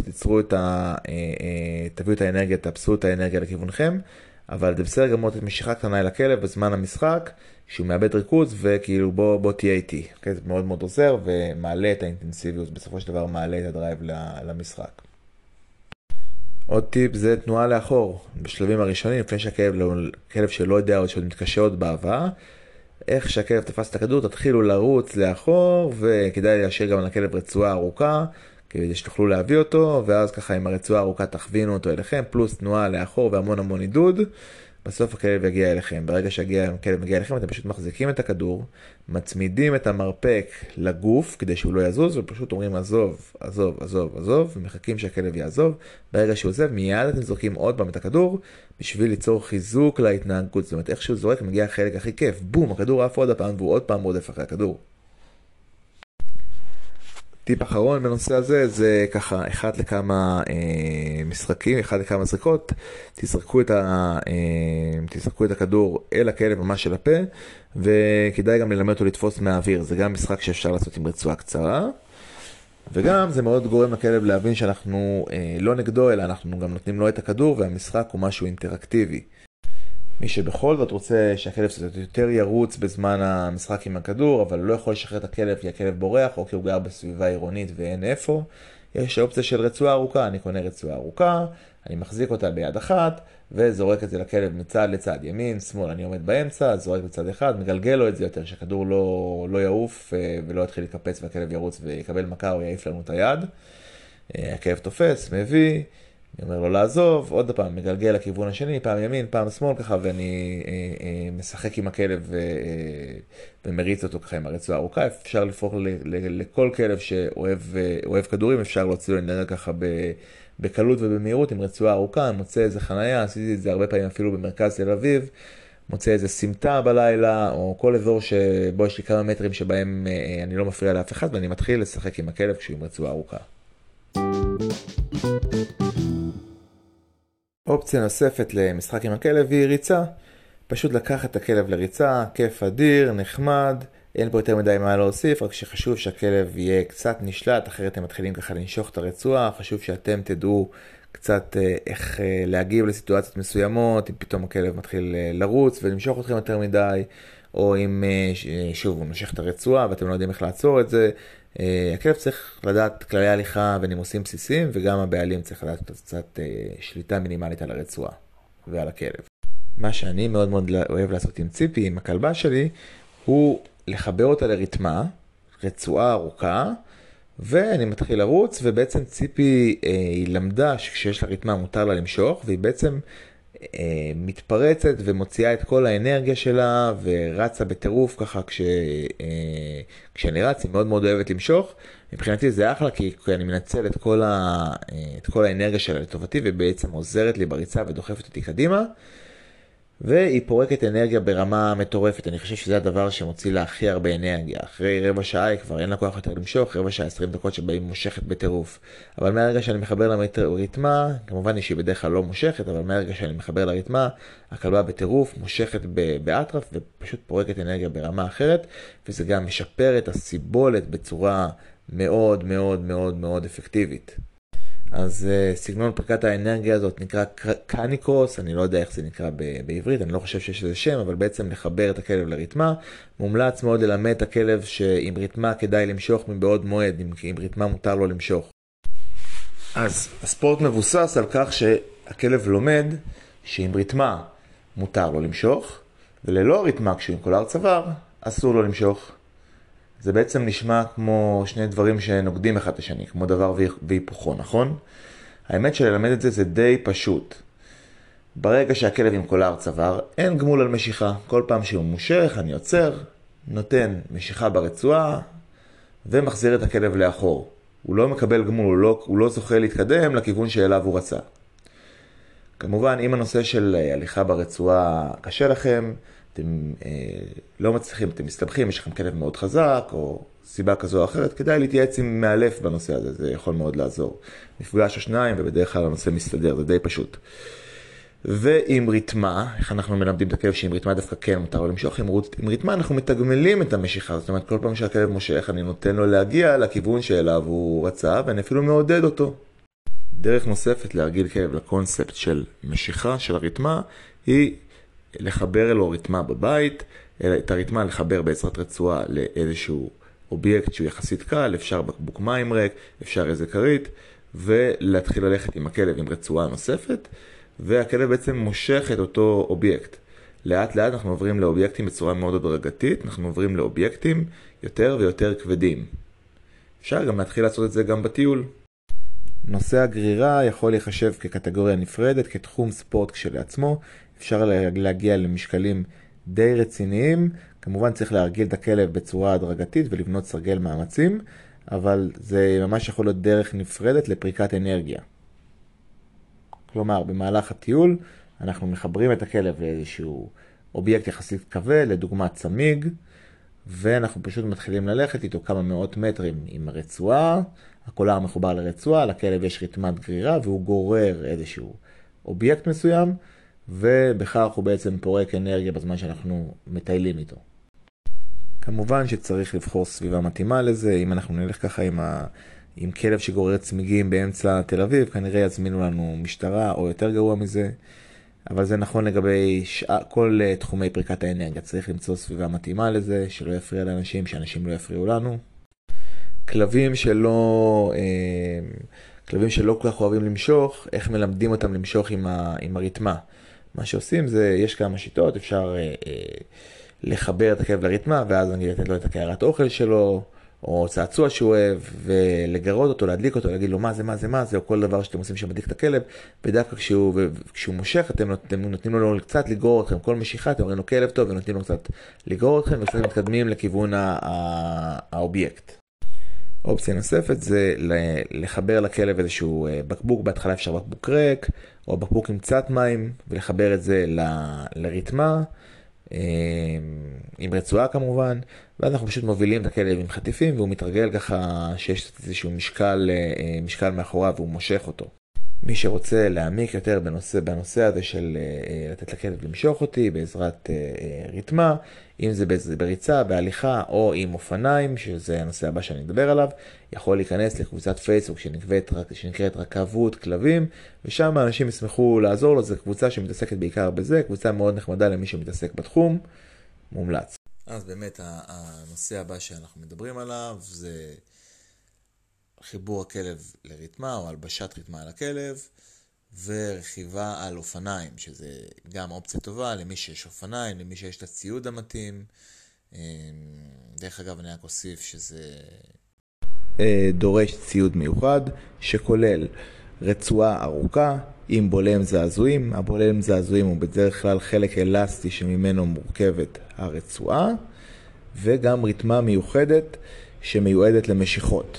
Speaker 1: תביאו את האנרגיה, תאפסו את האנרגיה לכיוונכם, אבל זה בסדר גם לתת משיכה קטנה אל הכלב בזמן המשחק, שהוא מאבד ריכוז, וכאילו בוא תהיה איתי. זה מאוד עוזר, ומעלה את האינטנסיביות, בסופו של דבר מעלה את הדרייב למשחק. עוד טיפ זה תנועה לאחור, בשלבים הראשונים, לפני שהכלב שלא יודע עוד שעוד מתקשה עוד בהבאה, איך שהכלב תפס את הכדור, תתחילו לרוץ לאחור, וכדאי להשאיר גם לכלב רצועה ארוכה, כדי שתוכלו להביא אותו, ואז ככה עם הרצועה הארוכה תכווינו אותו אליכם, פלוס תנועה לאחור והמון עידוד, בסוף הכלב יגיע אליכם. ברגע שהכלב מגיע אליכם, אתם פשוט מחזיקים את הכדור, מצמידים את המרפק לגוף, כדי שהוא לא יזוז, ופשוט אומרים עזוב, ומחכים שהכלב יעזוב. ברגע שהוא עוזב, מיד אתם זורקים עוד פעם את הכדור, בשביל ליצור חיזוק להתנהגות. זאת אומרת, איך שהוא זורק, מגיע החלק הכי כיף. בום, הכדור עף עוד פעם, והוא עוד פעם רודף אחרי הכדור. טיפ אחרון בנושא הזה, זה ככה, אחד לכמה משחקים, אחד לכמה זריקות, תזרקו את הכדור אל הכלב ממש של הפה, וכדאי גם ללמד אותו לתפוס מהאוויר. זה גם משחק שאפשר לעשות עם רצועה קצרה, וגם זה מאוד גורם לכלב להבין שאנחנו לא נגדו, אלא אנחנו גם נותנים לו את הכדור, והמשחק הוא משהו אינטראקטיבי. מי שבכל זאת רוצה שהכלב קצת יותר ירוץ בזמן המשחק עם הכדור, אבל לא יכול לשחרר את הכלב כי הכלב בורח, או כי הוא גר בסביבה עירונית ואין איפה, יש אופציה של רצועה ארוכה. אני קונה רצועה ארוכה, אני מחזיק אותה ביד אחת, וזורק את זה לכלב מצד לצד, ימין, שמאל, אני עומד באמצע, זורק בצד אחד, מגלגל לו את זה יותר, שהכדור לא יעוף ולא יתחיל לקפץ והכלב ירוץ ויקבל מכה או יעיף לנו את היד. הכלב תופס, מביא, אני אומר לו לעזוב, עוד פעם, מגלגל לכיוון השני, פעם ימין, פעם שמאל ככה, ואני משחק עם הכלב ומריץ אותו ככה עם הרצועה ארוכה. אפשר לפרוק לכל כלב שאוהב כדורים, אפשר להוציא לו אנרגיה ככה בקלות ובמהירות עם רצועה ארוכה. אני מוצא איזה חנייה, עשיתי את זה הרבה פעמים אפילו במרכז תל אביב, מוצא איזה סמטה בלילה, או כל אזור שבו יש לי כמה מטרים שבהם אני לא מפריע לאף אחד, ואני מתחיל לשחק עם הכלב כשהוא עם רצועה ארוכה. אופציה נוספת למשחק עם הכלב היא ריצה. פשוט לקחת את הכלב לריצה, כיף אדיר, נחמד, אין פה יותר מדי מה להוסיף, רק שחשוב שהכלב יהיה קצת נשלט, אחרת הם מתחילים ככה לנשוך את הרצועה, חשוב שאתם תדעו קצת איך להגיב לסיטואציות מסוימות, אם פתאום הכלב מתחיל לרוץ ולמשוך אתכם יותר מדי, או אם שוב הוא נושך את הרצועה ואתם לא יודעים איך לעצור את זה. הכלב צריך לדעת כללי הליכה ונימוסים בסיסיים, וגם הבעלים צריך לדעת קצת שליטה מינימלית על הרצועה ועל הכלב. מה שאני מאוד מאוד אוהב לעשות עם ציפי, עם הכלבה שלי, הוא לחבר אותה לריתמה, רצועה ארוכה, ואני מתחיל לרוץ, ובעצם ציפי היא למדה שכשיש לה ריתמה מותר לה למשוך, והיא בעצם מתפרצת ומוציאה את כל האנרגיה שלה, ורצה בטירוף ככה כשאני רץ, היא מאוד מאוד אוהבת למשוך. מבחינתי זה אחלה, כי אני מנצל את כל האנרגיה שלה לטובתי, ובעצם עוזרת לי בריצה ודוחפת אותי קדימה. והיא פורקת אנרגיה ברמה מטורפת. אני חושב שזה הדבר שמוציא לה הכי הרבה אנרגיה. אחרי רבע שעה היא כבר אין לה כוח יותר למשוך, רבע שעה 20 דקות שבה היא מושכת בטירוף. אבל מהרגע שאני מחבר לריתמה, כמובן שהיא בדרך כלל לא מושכת, אבל מהרגע שאני מחבר לריתמה, הכלבה בטירוף מושכת באטרף ופשוט פורקת אנרגיה ברמה אחרת, וזה גם משפר את הסיבולת בצורה מאוד מאוד מאוד מאוד אפקטיבית. אז סגנון פריקת האנרגיה הזאת נקרא קניקרוס, אני לא יודע איך זה נקרא בעברית, אני לא חושב שיש לזה שם, אבל בעצם לחבר את הכלב לריתמה. מומלץ מאוד ללמד את הכלב שעם ריתמה כדאי למשוך מבעוד מועד, עם ריתמה מותר לו למשוך. אז הספורט מבוסס על כך שהכלב לומד שעם ריתמה מותר לו למשוך, וללא ריתמה כשהוא עם קולר צוואר אסור לו למשוך. זה בעצם נשמע כמו שני דברים שנוגדים אחד את השני, כמו דבר והיפוכו, נכון? האמת שללמד את זה זה די פשוט. ברגע שהכלב עם קולר צוואר, אין גמול על משיכה. כל פעם שהוא מושך, אני עוצר, נותן משיכה ברצועה, ומחזיר את הכלב לאחור. הוא לא מקבל גמול, הוא לא זוכה להתקדם לכיוון שאליו הוא רצה. כמובן, אם הנושא של הליכה ברצועה קשה לכם, אתם לא מצליחים, אתם מסתבכים, יש לכם כלב מאוד חזק, או סיבה כזו או אחרת, כדאי להתייעץ עם מאלף בנושא הזה, זה יכול מאוד לעזור. מפגש או שניים, ובדרך כלל הנושא מסתדר, זה די פשוט. ועם ריתמה, איך אנחנו מלמדים את הכלב שעם ריתמה דווקא כן מותר לו למשוך, עם ריתמה אנחנו מתגמלים את המשיכה, זאת אומרת כל פעם שהכלב מושך, אני נותן לו להגיע לכיוון שאליו הוא רצה, ואני אפילו מעודד אותו. דרך נוספת להרגיל כלב לקונספט של משיכה של הריתמה, היא לחבר לו ריתמה בבית, את הריתמה לחבר בעזרת רצועה לאיזשהו אובייקט שהוא יחסית קל, אפשר בקבוק מים ריק, אפשר איזה כרית, ולהתחיל ללכת עם הכלב עם רצועה נוספת, והכלב בעצם מושך את אותו אובייקט. לאט לאט אנחנו עוברים לאובייקטים בצורה מאוד הדרגתית, אנחנו עוברים לאובייקטים יותר ויותר כבדים. אפשר גם להתחיל לעשות את זה גם בטיול. נושא הגרירה יכול להיחשב כקטגוריה נפרדת, כתחום ספורט כשלעצמו. אפשר להגיע למשקלים די רציניים. כמובן צריך להרגיל את הכלב בצורה הדרגתית ולבנות סרגל מאמצים, אבל זה ממש יכול להיות דרך נפרדת לפריקת אנרגיה. כלומר, במהלך הטיול אנחנו מחברים את הכלב לאיזשהו אובייקט יחסית כבד, לדוגמת צמיג, ואנחנו פשוט מתחילים ללכת איתו כמה מאות מטרים עם הרצועה, הקולר מחובר לרצועה, לכלב יש ריתמת גרירה והוא גורר איזשהו אובייקט מסוים, ובכך הוא בעצם פורק אנרגיה בזמן שאנחנו מטיילים איתו. כמובן שצריך לבחור סביבה מתאימה לזה. אם אנחנו נלך ככה עם כלב שגורר צמיגים באמצע תל אביב, כנראה יזמינו לנו משטרה או יותר גרוע מזה. אבל זה נכון לגבי כל תחומי פריקת האנרגיה. צריך למצוא סביבה מתאימה לזה, שלא יפריע לאנשים, שאנשים לא יפריעו לנו. כלבים שלא כל כך אוהבים למשוך, איך מלמדים אותם למשוך עם הריתמה? מה שעושים זה, יש כמה שיטות, אפשר לחבר את הכלב לריתמה, ואז אני לתת לו את הקערת אוכל שלו, או צעצוע שהוא אוהב, ולגרות אותו, להדליק אותו, להגיד לו מה זה, או כל דבר שאתם עושים שמדליק את הכלב, ודווקא כשהוא מושך, אתם נותנים לו קצת לגרור אתכם, כל משיכה, אתם אומרים לו כלב טוב, ונותנים לו קצת לגרור אתכם, וקצת מתקדמים לכיוון האובייקט. אופציה נוספת זה לחבר לכלב איזשהו בקבוק, בהתחלה אפשר בקבוק ריק, או בקבוק עם קצת מים, ולחבר את זה לריתמה, עם רצועה כמובן, ואז אנחנו פשוט מובילים את הכלב עם חטיפים, והוא מתרגל ככה שיש איזשהו משקל מאחוריו, והוא מושך אותו. מי שרוצה להעמיק יותר בנושא הזה של לתת לכלב למשוך אותי בעזרת ריתמה, אם זה בריצה, בהליכה או עם אופניים, שזה הנושא הבא שאני מדבר עליו, יכול להיכנס לקבוצת פייסבוק שנקראת רכבות כלבים, ושם אנשים ישמחו לעזור לו. זו קבוצה שמתעסקת בעיקר בזה, קבוצה מאוד נחמדה למי שמתעסק בתחום, מומלץ. אז באמת הנושא הבא שאנחנו מדברים עליו זה חיבור הכלב לריתמה או הלבשת ריתמה על הכלב, ורכיבה על אופניים, שזה גם אופציה טובה למי שיש אופניים, למי שיש את הציוד המתאים. דרך אגב, אני רק אוסיף שזה דורש ציוד מיוחד שכולל רצועה ארוכה עם בולם זעזועים. הבולם זעזועים הוא בדרך כלל חלק אלסטי שממנו מורכבת הרצועה, וגם ריתמה מיוחדת שמיועדת למשיכות.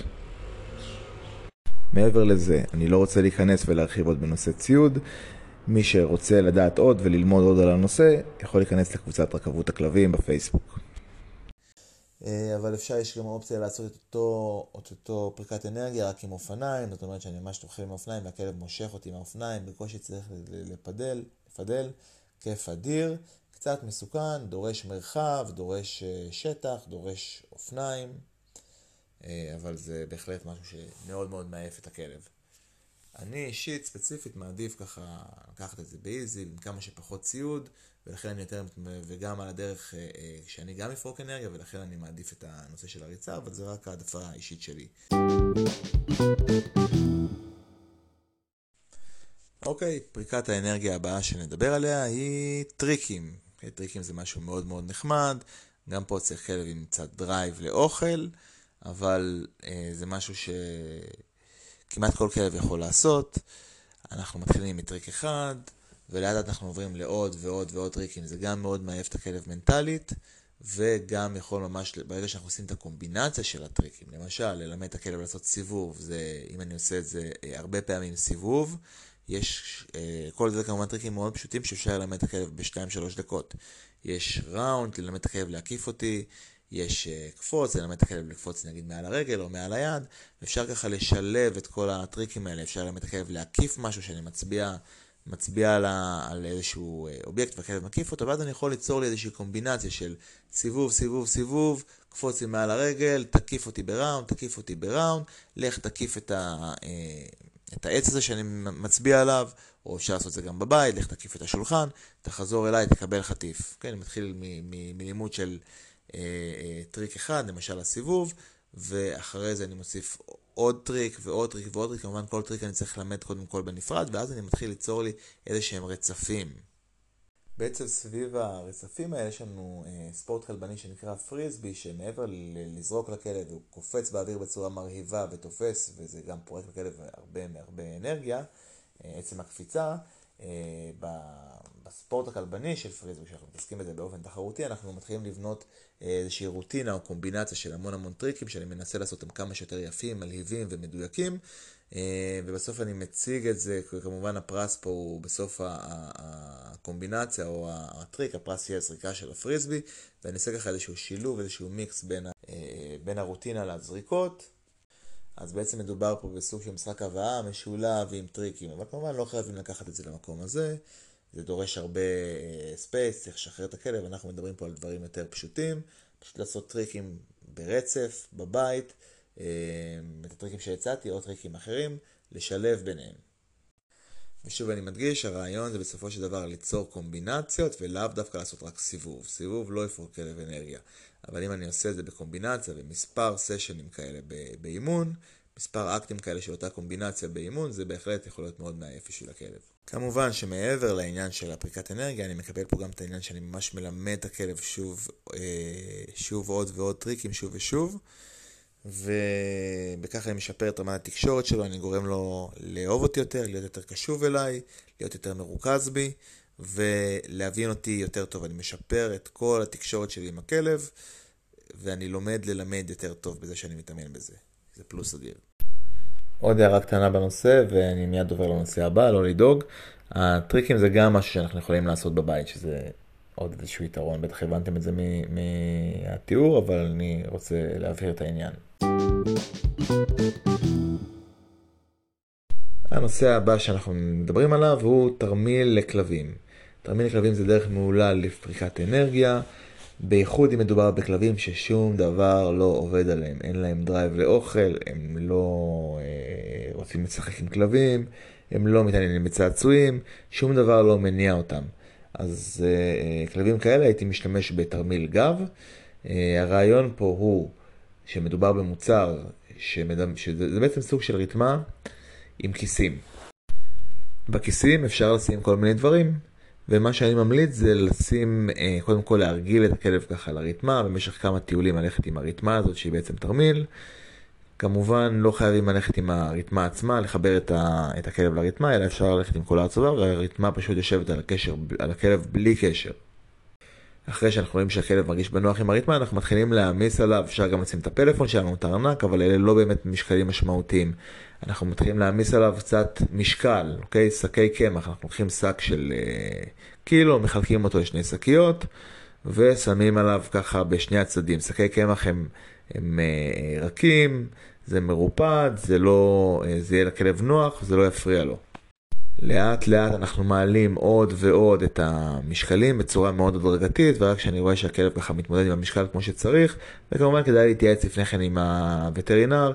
Speaker 1: מעבר לזה, אני לא רוצה להיכנס ולהרחיב עוד בנושא ציוד. מי שרוצה לדעת עוד וללמוד עוד על הנושא, יכול להיכנס לקבוצת רכבות הכלבים בפייסבוק. אבל יש גם אופציה לעשות את אותו פריקת אנרגיה רק עם אופניים. זאת אומרת שאני ממש תוכל עם האופניים והכלב מושך אותי עם האופניים, בקושי צריך לפדל, כיף אדיר, קצת מסוכן, דורש מרחב, דורש שטח, דורש אופניים. אבל זה בהחלט משהו שמאוד מאוד מעייף את הכלב. אני אישית ספציפית מעדיף ככה לקחת את זה באיזי, עם כמה שפחות ציוד, ולכן אני יותר, וגם על הדרך שאני גם אפרוק אנרגיה, ולכן אני מעדיף את הנושא של הריצה, אבל זה רק העדפה האישית שלי. אוקיי, פריקת האנרגיה הבאה שנדבר עליה היא טריקים. טריקים זה משהו מאוד מאוד נחמד, גם פה צריך כלב עם קצת דרייב לאוכל, אבל זה משהו שכמעט כל כלב יכול לעשות. אנחנו מתחילים מטריק אחד, ולאט אנחנו עוברים לעוד ועוד ועוד טריקים. זה גם מאוד מעייף את הכלב מנטלית, וגם יכול ממש, ברגע שאנחנו עושים את הקומבינציה של הטריקים, למשל, ללמד את הכלב לעשות סיבוב, אם אני עושה את זה הרבה פעמים סיבוב, כל זה כמובן טריקים מאוד פשוטים שאפשר ללמד את הכלב ב2-3 דקות. יש ראונד, ללמד את הכלב להקיף אותי, יש קפוץ, ללמד את הכלב לקפוץ נגיד מעל הרגל או מעל היד, ואפשר ככה לשלב את כל הטריקים האלה. אפשר ללמד את הכלב להקיף משהו שאני מצביע על איזשהו אובייקט והכלב מקיף אותו, ואז אני יכול ליצור לי איזושהי קומבינציה של סיבוב, סיבוב, סיבוב, קפוץ לי מעל הרגל, תקיף אותי בראונד, לך תקיף את העץ הזה שאני מצביע עליו, או אפשר לעשות זה גם בבית, לך תקיף את השולחן, תחזור אליי, תקבל חטיף. כן, אני מתחיל מלימוד של טריק אחד, למשל הסיבוב, ואחרי זה אני מוסיף עוד טריק ועוד טריק ועוד טריק. כמובן כל טריק אני צריך ללמד קודם כל בנפרד, ואז אני מתחיל ליצור לי איזה שהם רצפים. בעצם סביב הרצפים האלה יש לנו ספורט כלבני שנקרא פריסבי, שמעבר לזרוק לכלב הוא קופץ באוויר בצורה מרהיבה ותופס, וזה גם פורק לכלב הרבה אנרגיה. עצם הקפיצה בספורט הכלבני של פריסבי, כשאנחנו מתעסקים בזה באופן תחרותי, אנחנו מתחילים לבנות איזושהי רוטינה או קומבינציה של המון טריקים שאני מנסה לעשות אותם כמה שיותר יפים, מלהיבים ומדויקים, ובסוף אני מציג את זה. כמובן הפרס פה הוא בסוף הקומבינציה או הטריק, הפרס יהיה זריקה של הפריסבי, ואני אעשה ככה איזשהו שילוב, איזשהו מיקס בין הרוטינה לזריקות. אז בעצם מדובר פה בסוג של משחק הבאה משולב עם טריקים, אבל כמובן לא חייבים לקחת את זה למקום הזה, זה דורש הרבה ספייס, צריך לשחרר את הכלב. אנחנו מדברים פה על דברים יותר פשוטים, פשוט לעשות טריקים ברצף, בבית, את הטריקים שהצעתי או טריקים אחרים, לשלב ביניהם. ושוב אני מדגיש, הרעיון זה בסופו של דבר ליצור קומבינציות ולאו דווקא לעשות רק סיבוב. סיבוב לא יפרוק כלב אנרגיה, אבל אם אני עושה את זה בקומבינציה ומספר סשנים כאלה באימון, מספר אקטים כאלה של אותה קומבינציה באימון, זה בהחלט יכול להיות מאוד מעייף בשביל הכלב. כמובן שמעבר לעניין של הפריקת אנרגיה, אני מקבל פה גם את העניין שאני ממש מלמד את הכלב שוב עוד ועוד טריקים שוב ושוב, ובכך אני משפר את רמת התקשורת שלו, אני גורם לו לאהוב אותי יותר, להיות יותר קשוב אליי, להיות יותר מרוכז בי, ולהבין אותי יותר טוב. אני משפר את כל התקשורת שלי עם הכלב, ואני לומד ללמד יותר טוב בזה שאני מתאמן בזה. זה פלוס אדיר. עוד הערה קטנה בנושא, ואני מיד עובר לנושא הבא, לא לדאוג. הטריקים זה גם משהו שאנחנו יכולים לעשות בבית, שזה עוד איזשהו יתרון. בטח הבנתם את זה מהתיאור, אבל אני רוצה להבהיר את העניין. הנושא הבא שאנחנו מדברים עליו הוא תרמיל לכלבים. תרמיל לכלבים זה דרך מעולה לפריקת אנרגיה, בייחוד אם מדובר בכלבים ששום דבר לא עובד עליהם. אין להם דרייב לאוכל, הם לא רוצים לשחק עם כלבים, הם לא מתעניינים בצעצועים, שום דבר לא מניע אותם. אז כלבים כאלה הייתי משתמש בתרמיל גב. הרעיון פה הוא שמדובר במוצר שזה בעצם סוג של ריתמה עם כיסים. בכיסים אפשר לשים כל מיני דברים, ומה שאני ממליץ זה לשים, קודם כל להרגיל את הכלב ככה לריתמה, במשך כמה טיולים ללכת עם הריתמה הזאת שהיא בעצם תרמיל. כמובן לא חייבים ללכת עם הריתמה עצמה, לחבר את הכלב לריתמה, אלא אפשר ללכת עם כל הצוואר, והריתמה פשוט יושבת על הכלב בלי קשר. אחרי שאנחנו רואים שהכלב מרגיש בנוח עם הריתמה, אנחנו מתחילים להעמיס עליו, אפשר גם לשים את הפלאפון שלנו, את הארנק, אבל אלה לא באמת משקלים משמעותיים. אנחנו מתחילים להעמיס עליו קצת משקל, אוקיי? שקי קמח, אנחנו לוקחים שק של קילו, מחלקים אותו לשני שקיות, ושמים עליו ככה בשני הצדדים. שקי קמח הם רכים, זה מרופד, זה יהיה לכלב נוח, זה לא יפריע לו. לאט לאט אנחנו מעלים עוד ועוד את המשקלים בצורה מאוד הדרגתית, ורק כשאני רואה שהכלב ככה מתמודד עם המשקל כמו שצריך, וכמובן כדאי להתייעץ לפני כן עם הווטרינר,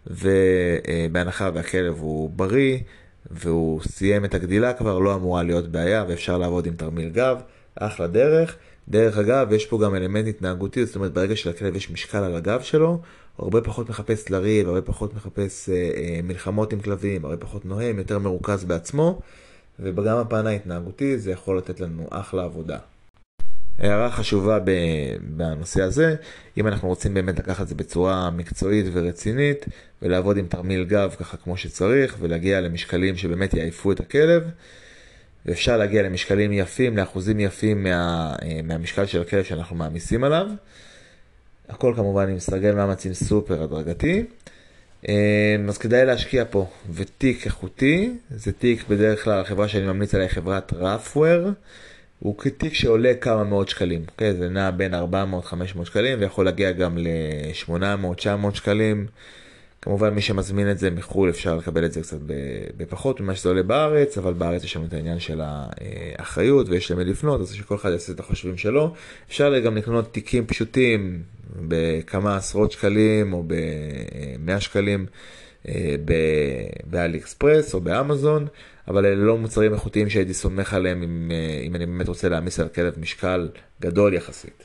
Speaker 1: ובהנחה והכלב הוא בריא, והוא סיים את הגדילה כבר, לא אמורה להיות בעיה, ואפשר לעבוד עם תרמיל גב, אחלה דרך. דרך אגב, יש פה גם אלמנט התנהגותי, זאת אומרת ברגע שלכלב יש משקל על הגב שלו, הוא הרבה פחות מחפש לריב, הרבה פחות מחפש מלחמות עם כלבים, הרבה פחות נוהם, יותר מרוכז בעצמו, וגם הפן ההתנהגותי זה יכול לתת לנו אחלה עבודה. הערה חשובה בנושא הזה, אם אנחנו רוצים באמת לקחת את זה בצורה מקצועית ורצינית, ולעבוד עם תרמיל גב ככה כמו שצריך, ולהגיע למשקלים שבאמת יעיפו את הכלב, ואפשר להגיע למשקלים יפים, לאחוזים יפים מהמשקל של הכלב שאנחנו מעמיסים עליו. הכל כמובן עם סרגל מאמצים סופר הדרגתי. אז כדאי להשקיע פה. ותיק איכותי, זה תיק בדרך כלל, החברה שאני ממליץ עליה, חברת רפוור. הוא תיק שעולה כמה מאות שקלים. אוקיי? זה נע בין 400-500 שקלים, ויכול להגיע גם ל-800-900 שקלים. כמובן מי שמזמין את זה מחול אפשר לקבל את זה קצת בפחות ממה שזה עולה בארץ, אבל בארץ יש לנו את העניין של האחריות ויש למי לפנות, אז שכל אחד יעשה את החושבים שלו. אפשר גם לקנות תיקים פשוטים בכמה עשרות שקלים או ב100 שקלים באלי אקספרס או באמזון, אבל אלה לא מוצרים איכותיים שהייתי סומך עליהם אם אני באמת רוצה להעמיס על כלב משקל גדול יחסית.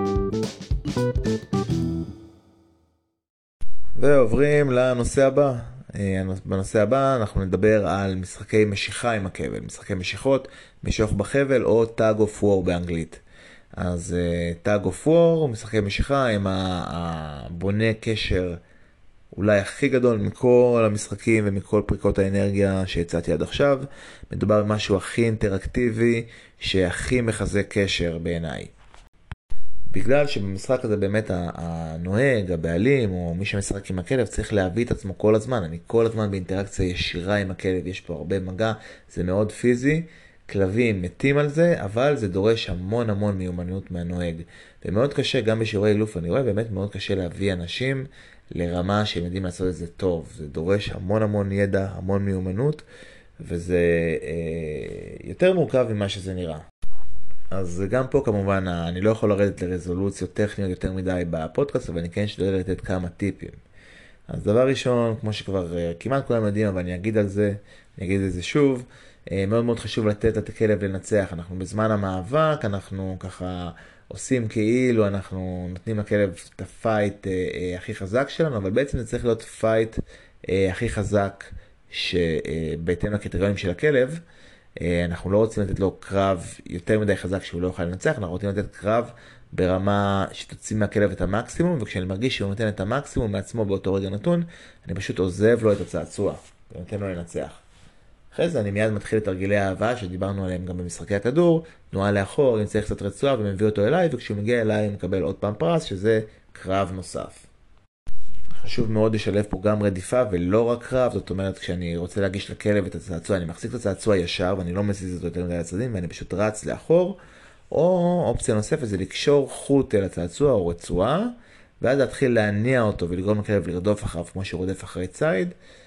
Speaker 1: ועוברים לנושא הבא. בנושא הבא אנחנו נדבר על משחקי משיכה עם הכבל, משחקי משיכות, משוך בחבל או tag of war באנגלית. אז tag of war, משחקי משיכה, הם הבונה קשר אולי הכי גדול מכל המשחקים ומכל פריקות האנרגיה שהצעתי עד עכשיו. מדובר במשהו הכי אינטראקטיבי, שהכי מחזק קשר בעיניי. בגלל שבמשחק הזה באמת הנוהג, הבעלים או מי שמשחק עם הכלב צריך להביא את עצמו כל הזמן. אני כל הזמן באינטראקציה ישירה עם הכלב, יש פה הרבה מגע, זה מאוד פיזי. כלבים מתים על זה, אבל זה דורש המון מיומנות מהנוהג. ומאוד קשה, גם בשיעורי אילוף אני רואה, באמת מאוד קשה להביא אנשים לרמה שהם יודעים לעשות את זה טוב. זה דורש המון ידע, המון מיומנות, וזה יותר מורכב ממה שזה נראה. אז גם פה כמובן אני לא יכול לרדת לרזולוציות טכניות יותר מדי בפודקאסט, אבל אני כן אשתדל לתת כמה טיפים. אז דבר ראשון, כמו שכבר כמעט כולם יודעים, אבל אני אגיד את זה שוב, מאוד חשוב לתת את הכלב לנצח. אנחנו בזמן המאבק, אנחנו ככה עושים כאילו, אנחנו נותנים לכלב את הפייט הכי חזק שלנו, אבל בעצם זה צריך להיות פייט הכי חזק שבהתאם לקריטריונים של הכלב. אנחנו לא רוצים לתת לו קרב יותר מדי חזק שהוא לא יוכל לנצח, אנחנו רוצים לתת קרב ברמה שתוציא מהכלב את המקסימום, וכשאני מרגיש שהוא נותן את המקסימום מעצמו באותו רגע נתון, אני פשוט עוזב לו את הצעצוע ונותן לו לנצח. אחרי זה אני מיד מתחיל את תרגילי האהבה שדיברנו עליהם גם במשחקי הכדור, תנועה לאחור, אני צריך קצת רצועה ומביא אותו אליי, וכשהוא מגיע אליי אני מקבל עוד פעם פרס, שזה קרב נוסף. חשוב מאוד לשלב פה גם רדיפה ולא רק קרב, זאת אומרת כשאני רוצה להגיש לכלב את הצעצוע, אני מחזיק את הצעצוע ישר ואני לא מזיז אותו יותר מדי לצדדים ואני פשוט רץ לאחור, או אופציה נוספת זה לקשור חוט אל הצעצוע או רצועה, ואז להתחיל להניע אותו ולגרום לכלב לרדוף אחריו כמו שהוא רודף אחרי ציד,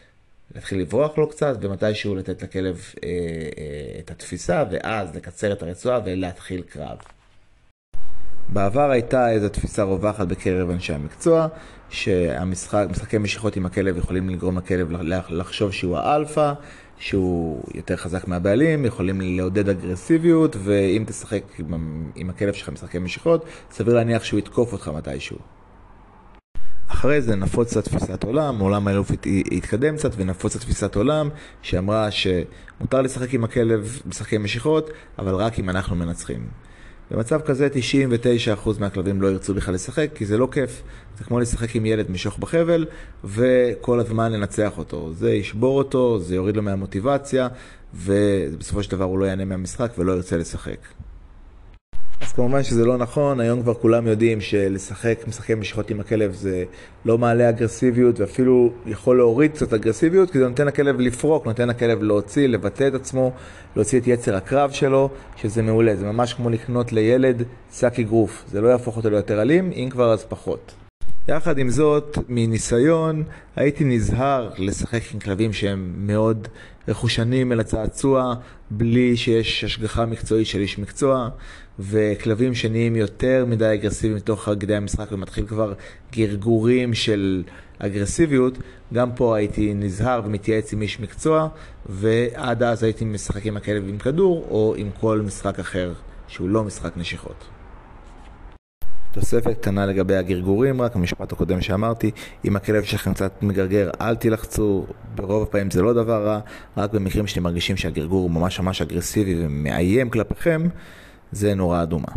Speaker 1: להתחיל לברוח לו קצת, ומתישהו לתת לכלב את התפיסה, ואז לקצר את הרצועה ולהתחיל קרב. בעבר הייתה איזו תפיסה רווחת בקרב אנשי המקצוע, משחקי משיכות עם הכלב יכולים לגרום לכלב לחשוב שהוא האלפא, שהוא יותר חזק מהבעלים, יכולים לעודד אגרסיביות, ואם תשחק עם הכלב שלך משחקי משיכות, סביר להניח שהוא יתקוף אותך מתישהו. אחרי זה נפוץ את תפיסת עולם, עולם האלוף התקדם קצת ונפוץ את תפיסת עולם שאמרה שמותר לשחק עם הכלב משחקי משיכות, אבל רק אם אנחנו מנצחים. במצב כזה 99% מהכלבים לא ירצו בכלל לשחק, כי זה לא כיף. זה כמו לשחק עם ילד משוך בחבל וכל הזמן לנצח אותו. זה ישבור אותו, זה יוריד לו מהמוטיבציה, ובסופו של דבר הוא לא יענה מהמשחק ולא ירצה לשחק. אז כמובן שזה לא נכון, היום כבר כולם יודעים שלשחק משחקי משיכות עם הכלב זה לא מעלה אגרסיביות, ואפילו יכול להוריד קצת אגרסיביות, כי זה נותן לכלב לפרוק, נותן לכלב להוציא, לבטא את עצמו, להוציא את יצר הקרב שלו, שזה מעולה. זה ממש כמו לקנות לילד שק אגרוף, זה לא יהפוך אותו ליותר אלים, אם כבר אז פחות. יחד עם זאת, מניסיון, הייתי נזהר לשחק עם כלבים שהם מאוד רכושנים אל הצעצוע, בלי שיש השגחה מקצועית של איש מקצוע, וכלבים שנהיים יותר מדי אגרסיביים מתוך גדי המשחק ומתחיל כבר גרגורים של אגרסיביות. גם פה הייתי נזהר ומתייעץ עם איש מקצוע, ועד אז הייתי משחק עם הכלב עם כדור או עם כל משחק אחר שהוא לא משחק נשיכות. תוספת קטנה לגבי הגרגורים, רק המשפט הקודם שאמרתי, אם הכלב שלכם קצת מגרגר, אל תלחצו, ברוב הפעמים זה לא דבר רע, רק במקרים שאתם מרגישים שהגרגור הוא ממש ממש אגרסיבי ומאיים כלפיכם, זה נורא אדומה.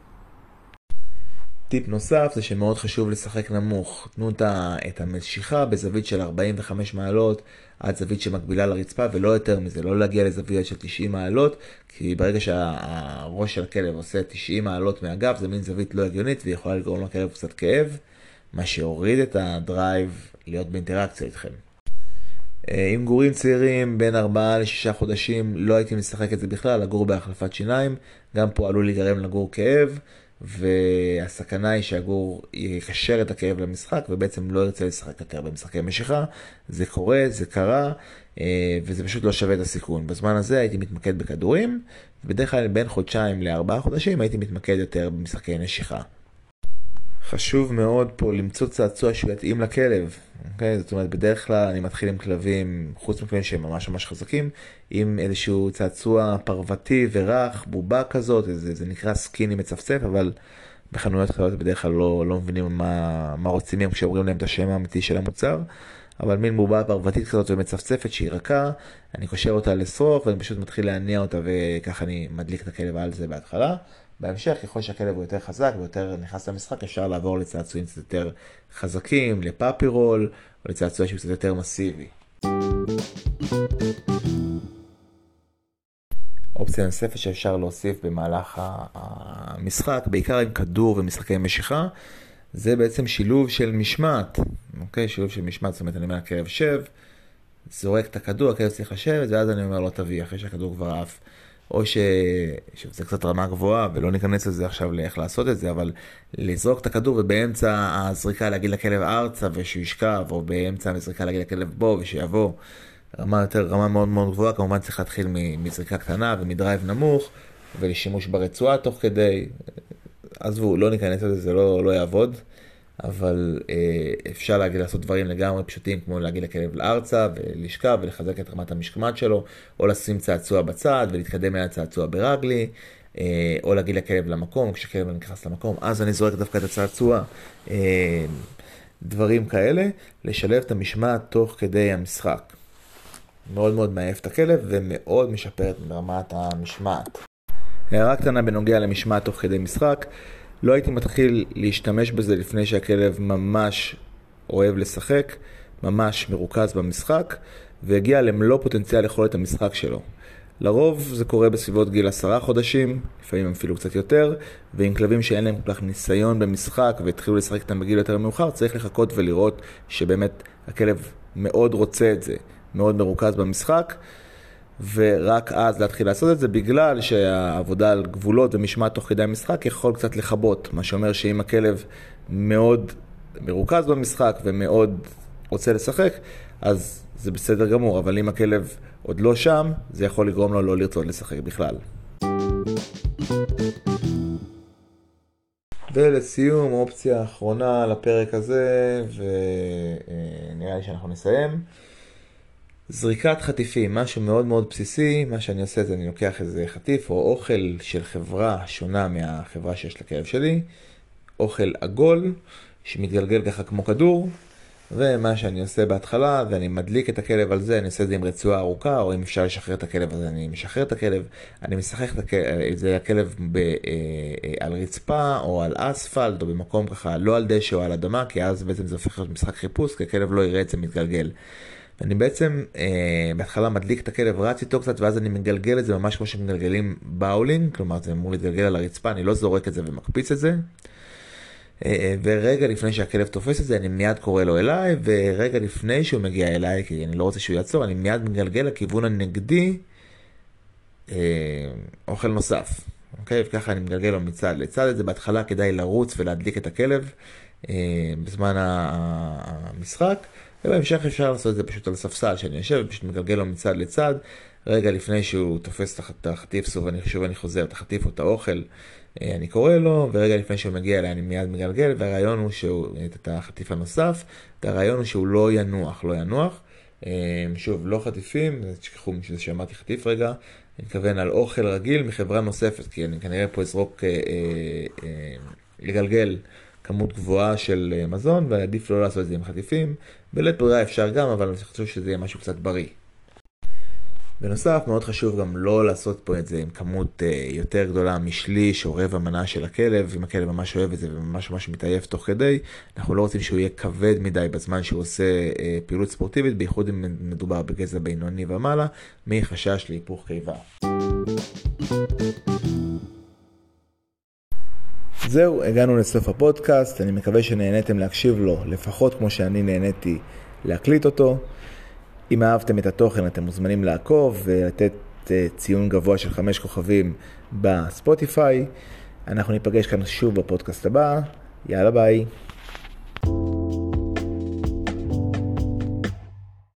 Speaker 1: טיפ נוסף זה שמאוד חשוב לשחק נמוך. תנו את המשיכה בזווית של 45 מעלות עד זווית שמקבילה לרצפה, ולא יותר מזה, לא להגיע לזווית של 90 מעלות, כי ברגע שהראש של הכלב עושה 90 מעלות מהגב, זה מין זווית לא הגיונית ויכולה לגרום לכלב קצת כאב, מה שהוריד את הדרייב להיות באינטראקציה איתכם. עם גורים צעירים בין 4 ל-6 חודשים לא הייתי משחק את זה בכלל, לגור בהחלפת שיניים, גם פה עלול להיגרם לגור כאב, והסכנה היא שהגור יקשר את הכאב למשחק ובעצם לא ירצה לשחק יותר במשחקי משיכה. זה קורה, זה קרה, וזה פשוט לא שווה את הסיכון. בזמן הזה הייתי מתמקד בכדורים, ובדרך כלל בין חודשיים ל4 חודשים הייתי מתמקד יותר במשחקי נשיכה. חשוב מאוד פה למצוא צעצוע שהוא יתאים לכלב. אוקיי? זאת אומרת, בדרך כלל אני מתחיל עם כלבים, חוץ מכלבים שהם ממש ממש חזקים, עם איזשהו צעצוע פרוותי ורך, בובה כזאת, זה נקרא סקיני מצפצף, אבל בחנויות חיות בדרך כלל לא מבינים מה רוצים מהם כשאומרים להם את השם האמיתי של המוצר, אבל מין בובה פרוותית כזאת ומצפצפת שהיא רכה, אני קושר אותה לשרוך ואני פשוט מתחיל להניע אותה, וככה אני מדליק את הכלב על זה בהתחלה. בהמשך, ככל שהכלב הוא יותר חזק ויותר נכנס למשחק, אפשר לעבור לצעצועים קצת יותר חזקים, לפאפירול, או לצעצוע שהוא קצת יותר מסיבי. אופציה נוספת שאפשר להוסיף במהלך המשחק, בעיקר עם כדור ומשחקי משיכה, זה בעצם שילוב של משמעת. אוקיי? שילוב של משמעת, זאת אומרת, אני אומר, הכלב שב, זורק את הכדור, הכלב צריך לשבת, ואז אני אומר, לא תביא, אחרי שהכדור כבר עף. או שזה קצת רמה גבוהה, ולא ניכנס לזה עכשיו לאיך לעשות את זה, אבל לזרוק את הכדור ובאמצע הזריקה להגיד לכלב ארצה ושהוא ישכב, או באמצע הזריקה להגיד לכלב בוא ושיבוא, רמה מאוד מאוד גבוהה. כמובן צריך להתחיל מזריקה קטנה ומדרייב נמוך, ולשימוש ברצועה תוך כדי. עזבו, לא ניכנס לזה, זה לא יעבוד, אבל אפשר לעשות דברים לגמרי פשוטים, כמו להגיד לכלב לארצה ולשכב ולחזק את רמת המשקמט שלו, או לשים צעצוע בצד ולהתקדם על הצעצוע ברגלי, או להגיד לכלב למקום, כשכלב נכנס למקום, אז אני זורק דווקא את הצעצוע. דברים כאלה, לשלב את המשמעת תוך כדי המשחק. מאוד מאוד מעייף את הכלב ומאוד משפר את רמת המשמעת. הערה קטנה בנוגע למשמעת תוך כדי משחק, לא הייתי מתחיל להשתמש בזה לפני שהכלב ממש אוהב לשחק, ממש מרוכז במשחק, והגיע למלוא פוטנציאל יכולת המשחק שלו. לרוב זה קורה בסביבות גיל 10 חודשים, לפעמים אפילו קצת יותר, ועם כלבים שאין להם כל כך ניסיון במשחק והתחילו לשחק איתם בגיל יותר מאוחר, צריך לחכות ולראות שבאמת הכלב מאוד רוצה את זה, מאוד מרוכז במשחק, ורק אז להתחיל לעשות את זה, בגלל שהעבודה על גבולות ומשמעת תוך כדי המשחק יכול קצת לחבות, מה שאומר שאם הכלב מאוד מרוכז במשחק ומאוד רוצה לשחק, אז זה בסדר גמור, אבל אם הכלב עוד לא שם, זה יכול לגרום לו לא לרצות לשחק בכלל. ולסיום, אופציה אחרונה לפרק הזה, ונראה לי שאנחנו נסיים. זריקת חטיפים, משהו מאוד מאוד בסיסי. מה שאני עושה זה אני לוקח איזה חטיף או אוכל של חברה שונה מהחברה שיש לכלב שלי, אוכל עגול שמתגלגל ככה כמו כדור, ומה שאני עושה בהתחלה, ואני מדליק את הכלב על זה, אני עושה את זה עם רצועה ארוכה, או אם אפשר לשחרר את הכלב, אז אני משחרר את הכלב, אני משחק את זה הכלב על רצפה, או על אספלט, או במקום ככה, לא על דשא או על אדמה, כי אז בעצם זה הופך להיות משחק חיפוש, כי הכלב לא יראה את זה מתגלגל. ואני בעצם בהתחלה מדליק את הכלב, רץ איתו קצת, ואז אני מגלגל את זה ממש כמו שמגלגלים באולינג, כלומר זה אמור להתגלגל על הרצפה, אני לא זורק את זה ומקפיץ את זה. ורגע לפני שהכלב תופס את זה, אני מיד קורא לו אליי, ורגע לפני שהוא מגיע אליי, כי אני לא רוצה שהוא יעצור, אני מיד מגלגל לכיוון הנגדי אוכל נוסף. אוקיי? וככה אני מגלגל לו מצד לצד. את זה בהתחלה כדאי לרוץ ולהדליק את הכלב בזמן המשחק, ובהמשך אפשר לעשות את זה פשוט על ספסל שאני יושב, פשוט מגלגל לו מצד לצד. רגע לפני שהוא תופס את החטיף, שוב אני חוזר, את החטיף או את האוכל, אני קורא לו, ורגע לפני שהוא מגיע אליי אני מיד מגלגל, והרעיון הוא את החטיף הנוסף, והרעיון הוא שהוא לא ינוח. שוב, לא חטיפים, תשכחו שזה שאמרתי חטיף רגע, אני מתכוון על אוכל רגיל מחברה נוספת, כי אני כנראה פה אזרוק לגלגל כמות גבוהה של מזון, ועדיף לא לעשות את זה עם חטיפים. בלית ברירה אפשר גם, אבל אני חושב שזה יהיה משהו קצת בריא. בנוסף, מאוד חשוב גם לא לעשות פה את זה עם כמות יותר גדולה משליש או רבע מנה של הכלב. אם הכלב ממש אוהב את זה וממש מתעייף תוך כדי, אנחנו לא רוצים שהוא יהיה כבד מדי בזמן שהוא עושה פעילות ספורטיבית, בייחוד אם מדובר בגזע בינוני ומעלה, מחשש להיפוך קיבה. זהו, הגענו לסוף הפודקאסט. אני מקווה שנהניתם להקשיב לו, לפחות כמו שאני נהניתי להקליט אותו. אם אהבתם את התוכן, אתם מוזמנים לעקוב ולתת ציון גבוה של 5 כוכבים בספוטיפיי. אנחנו ניפגש כאן שוב בפודקאסט הבא. יאללה ביי.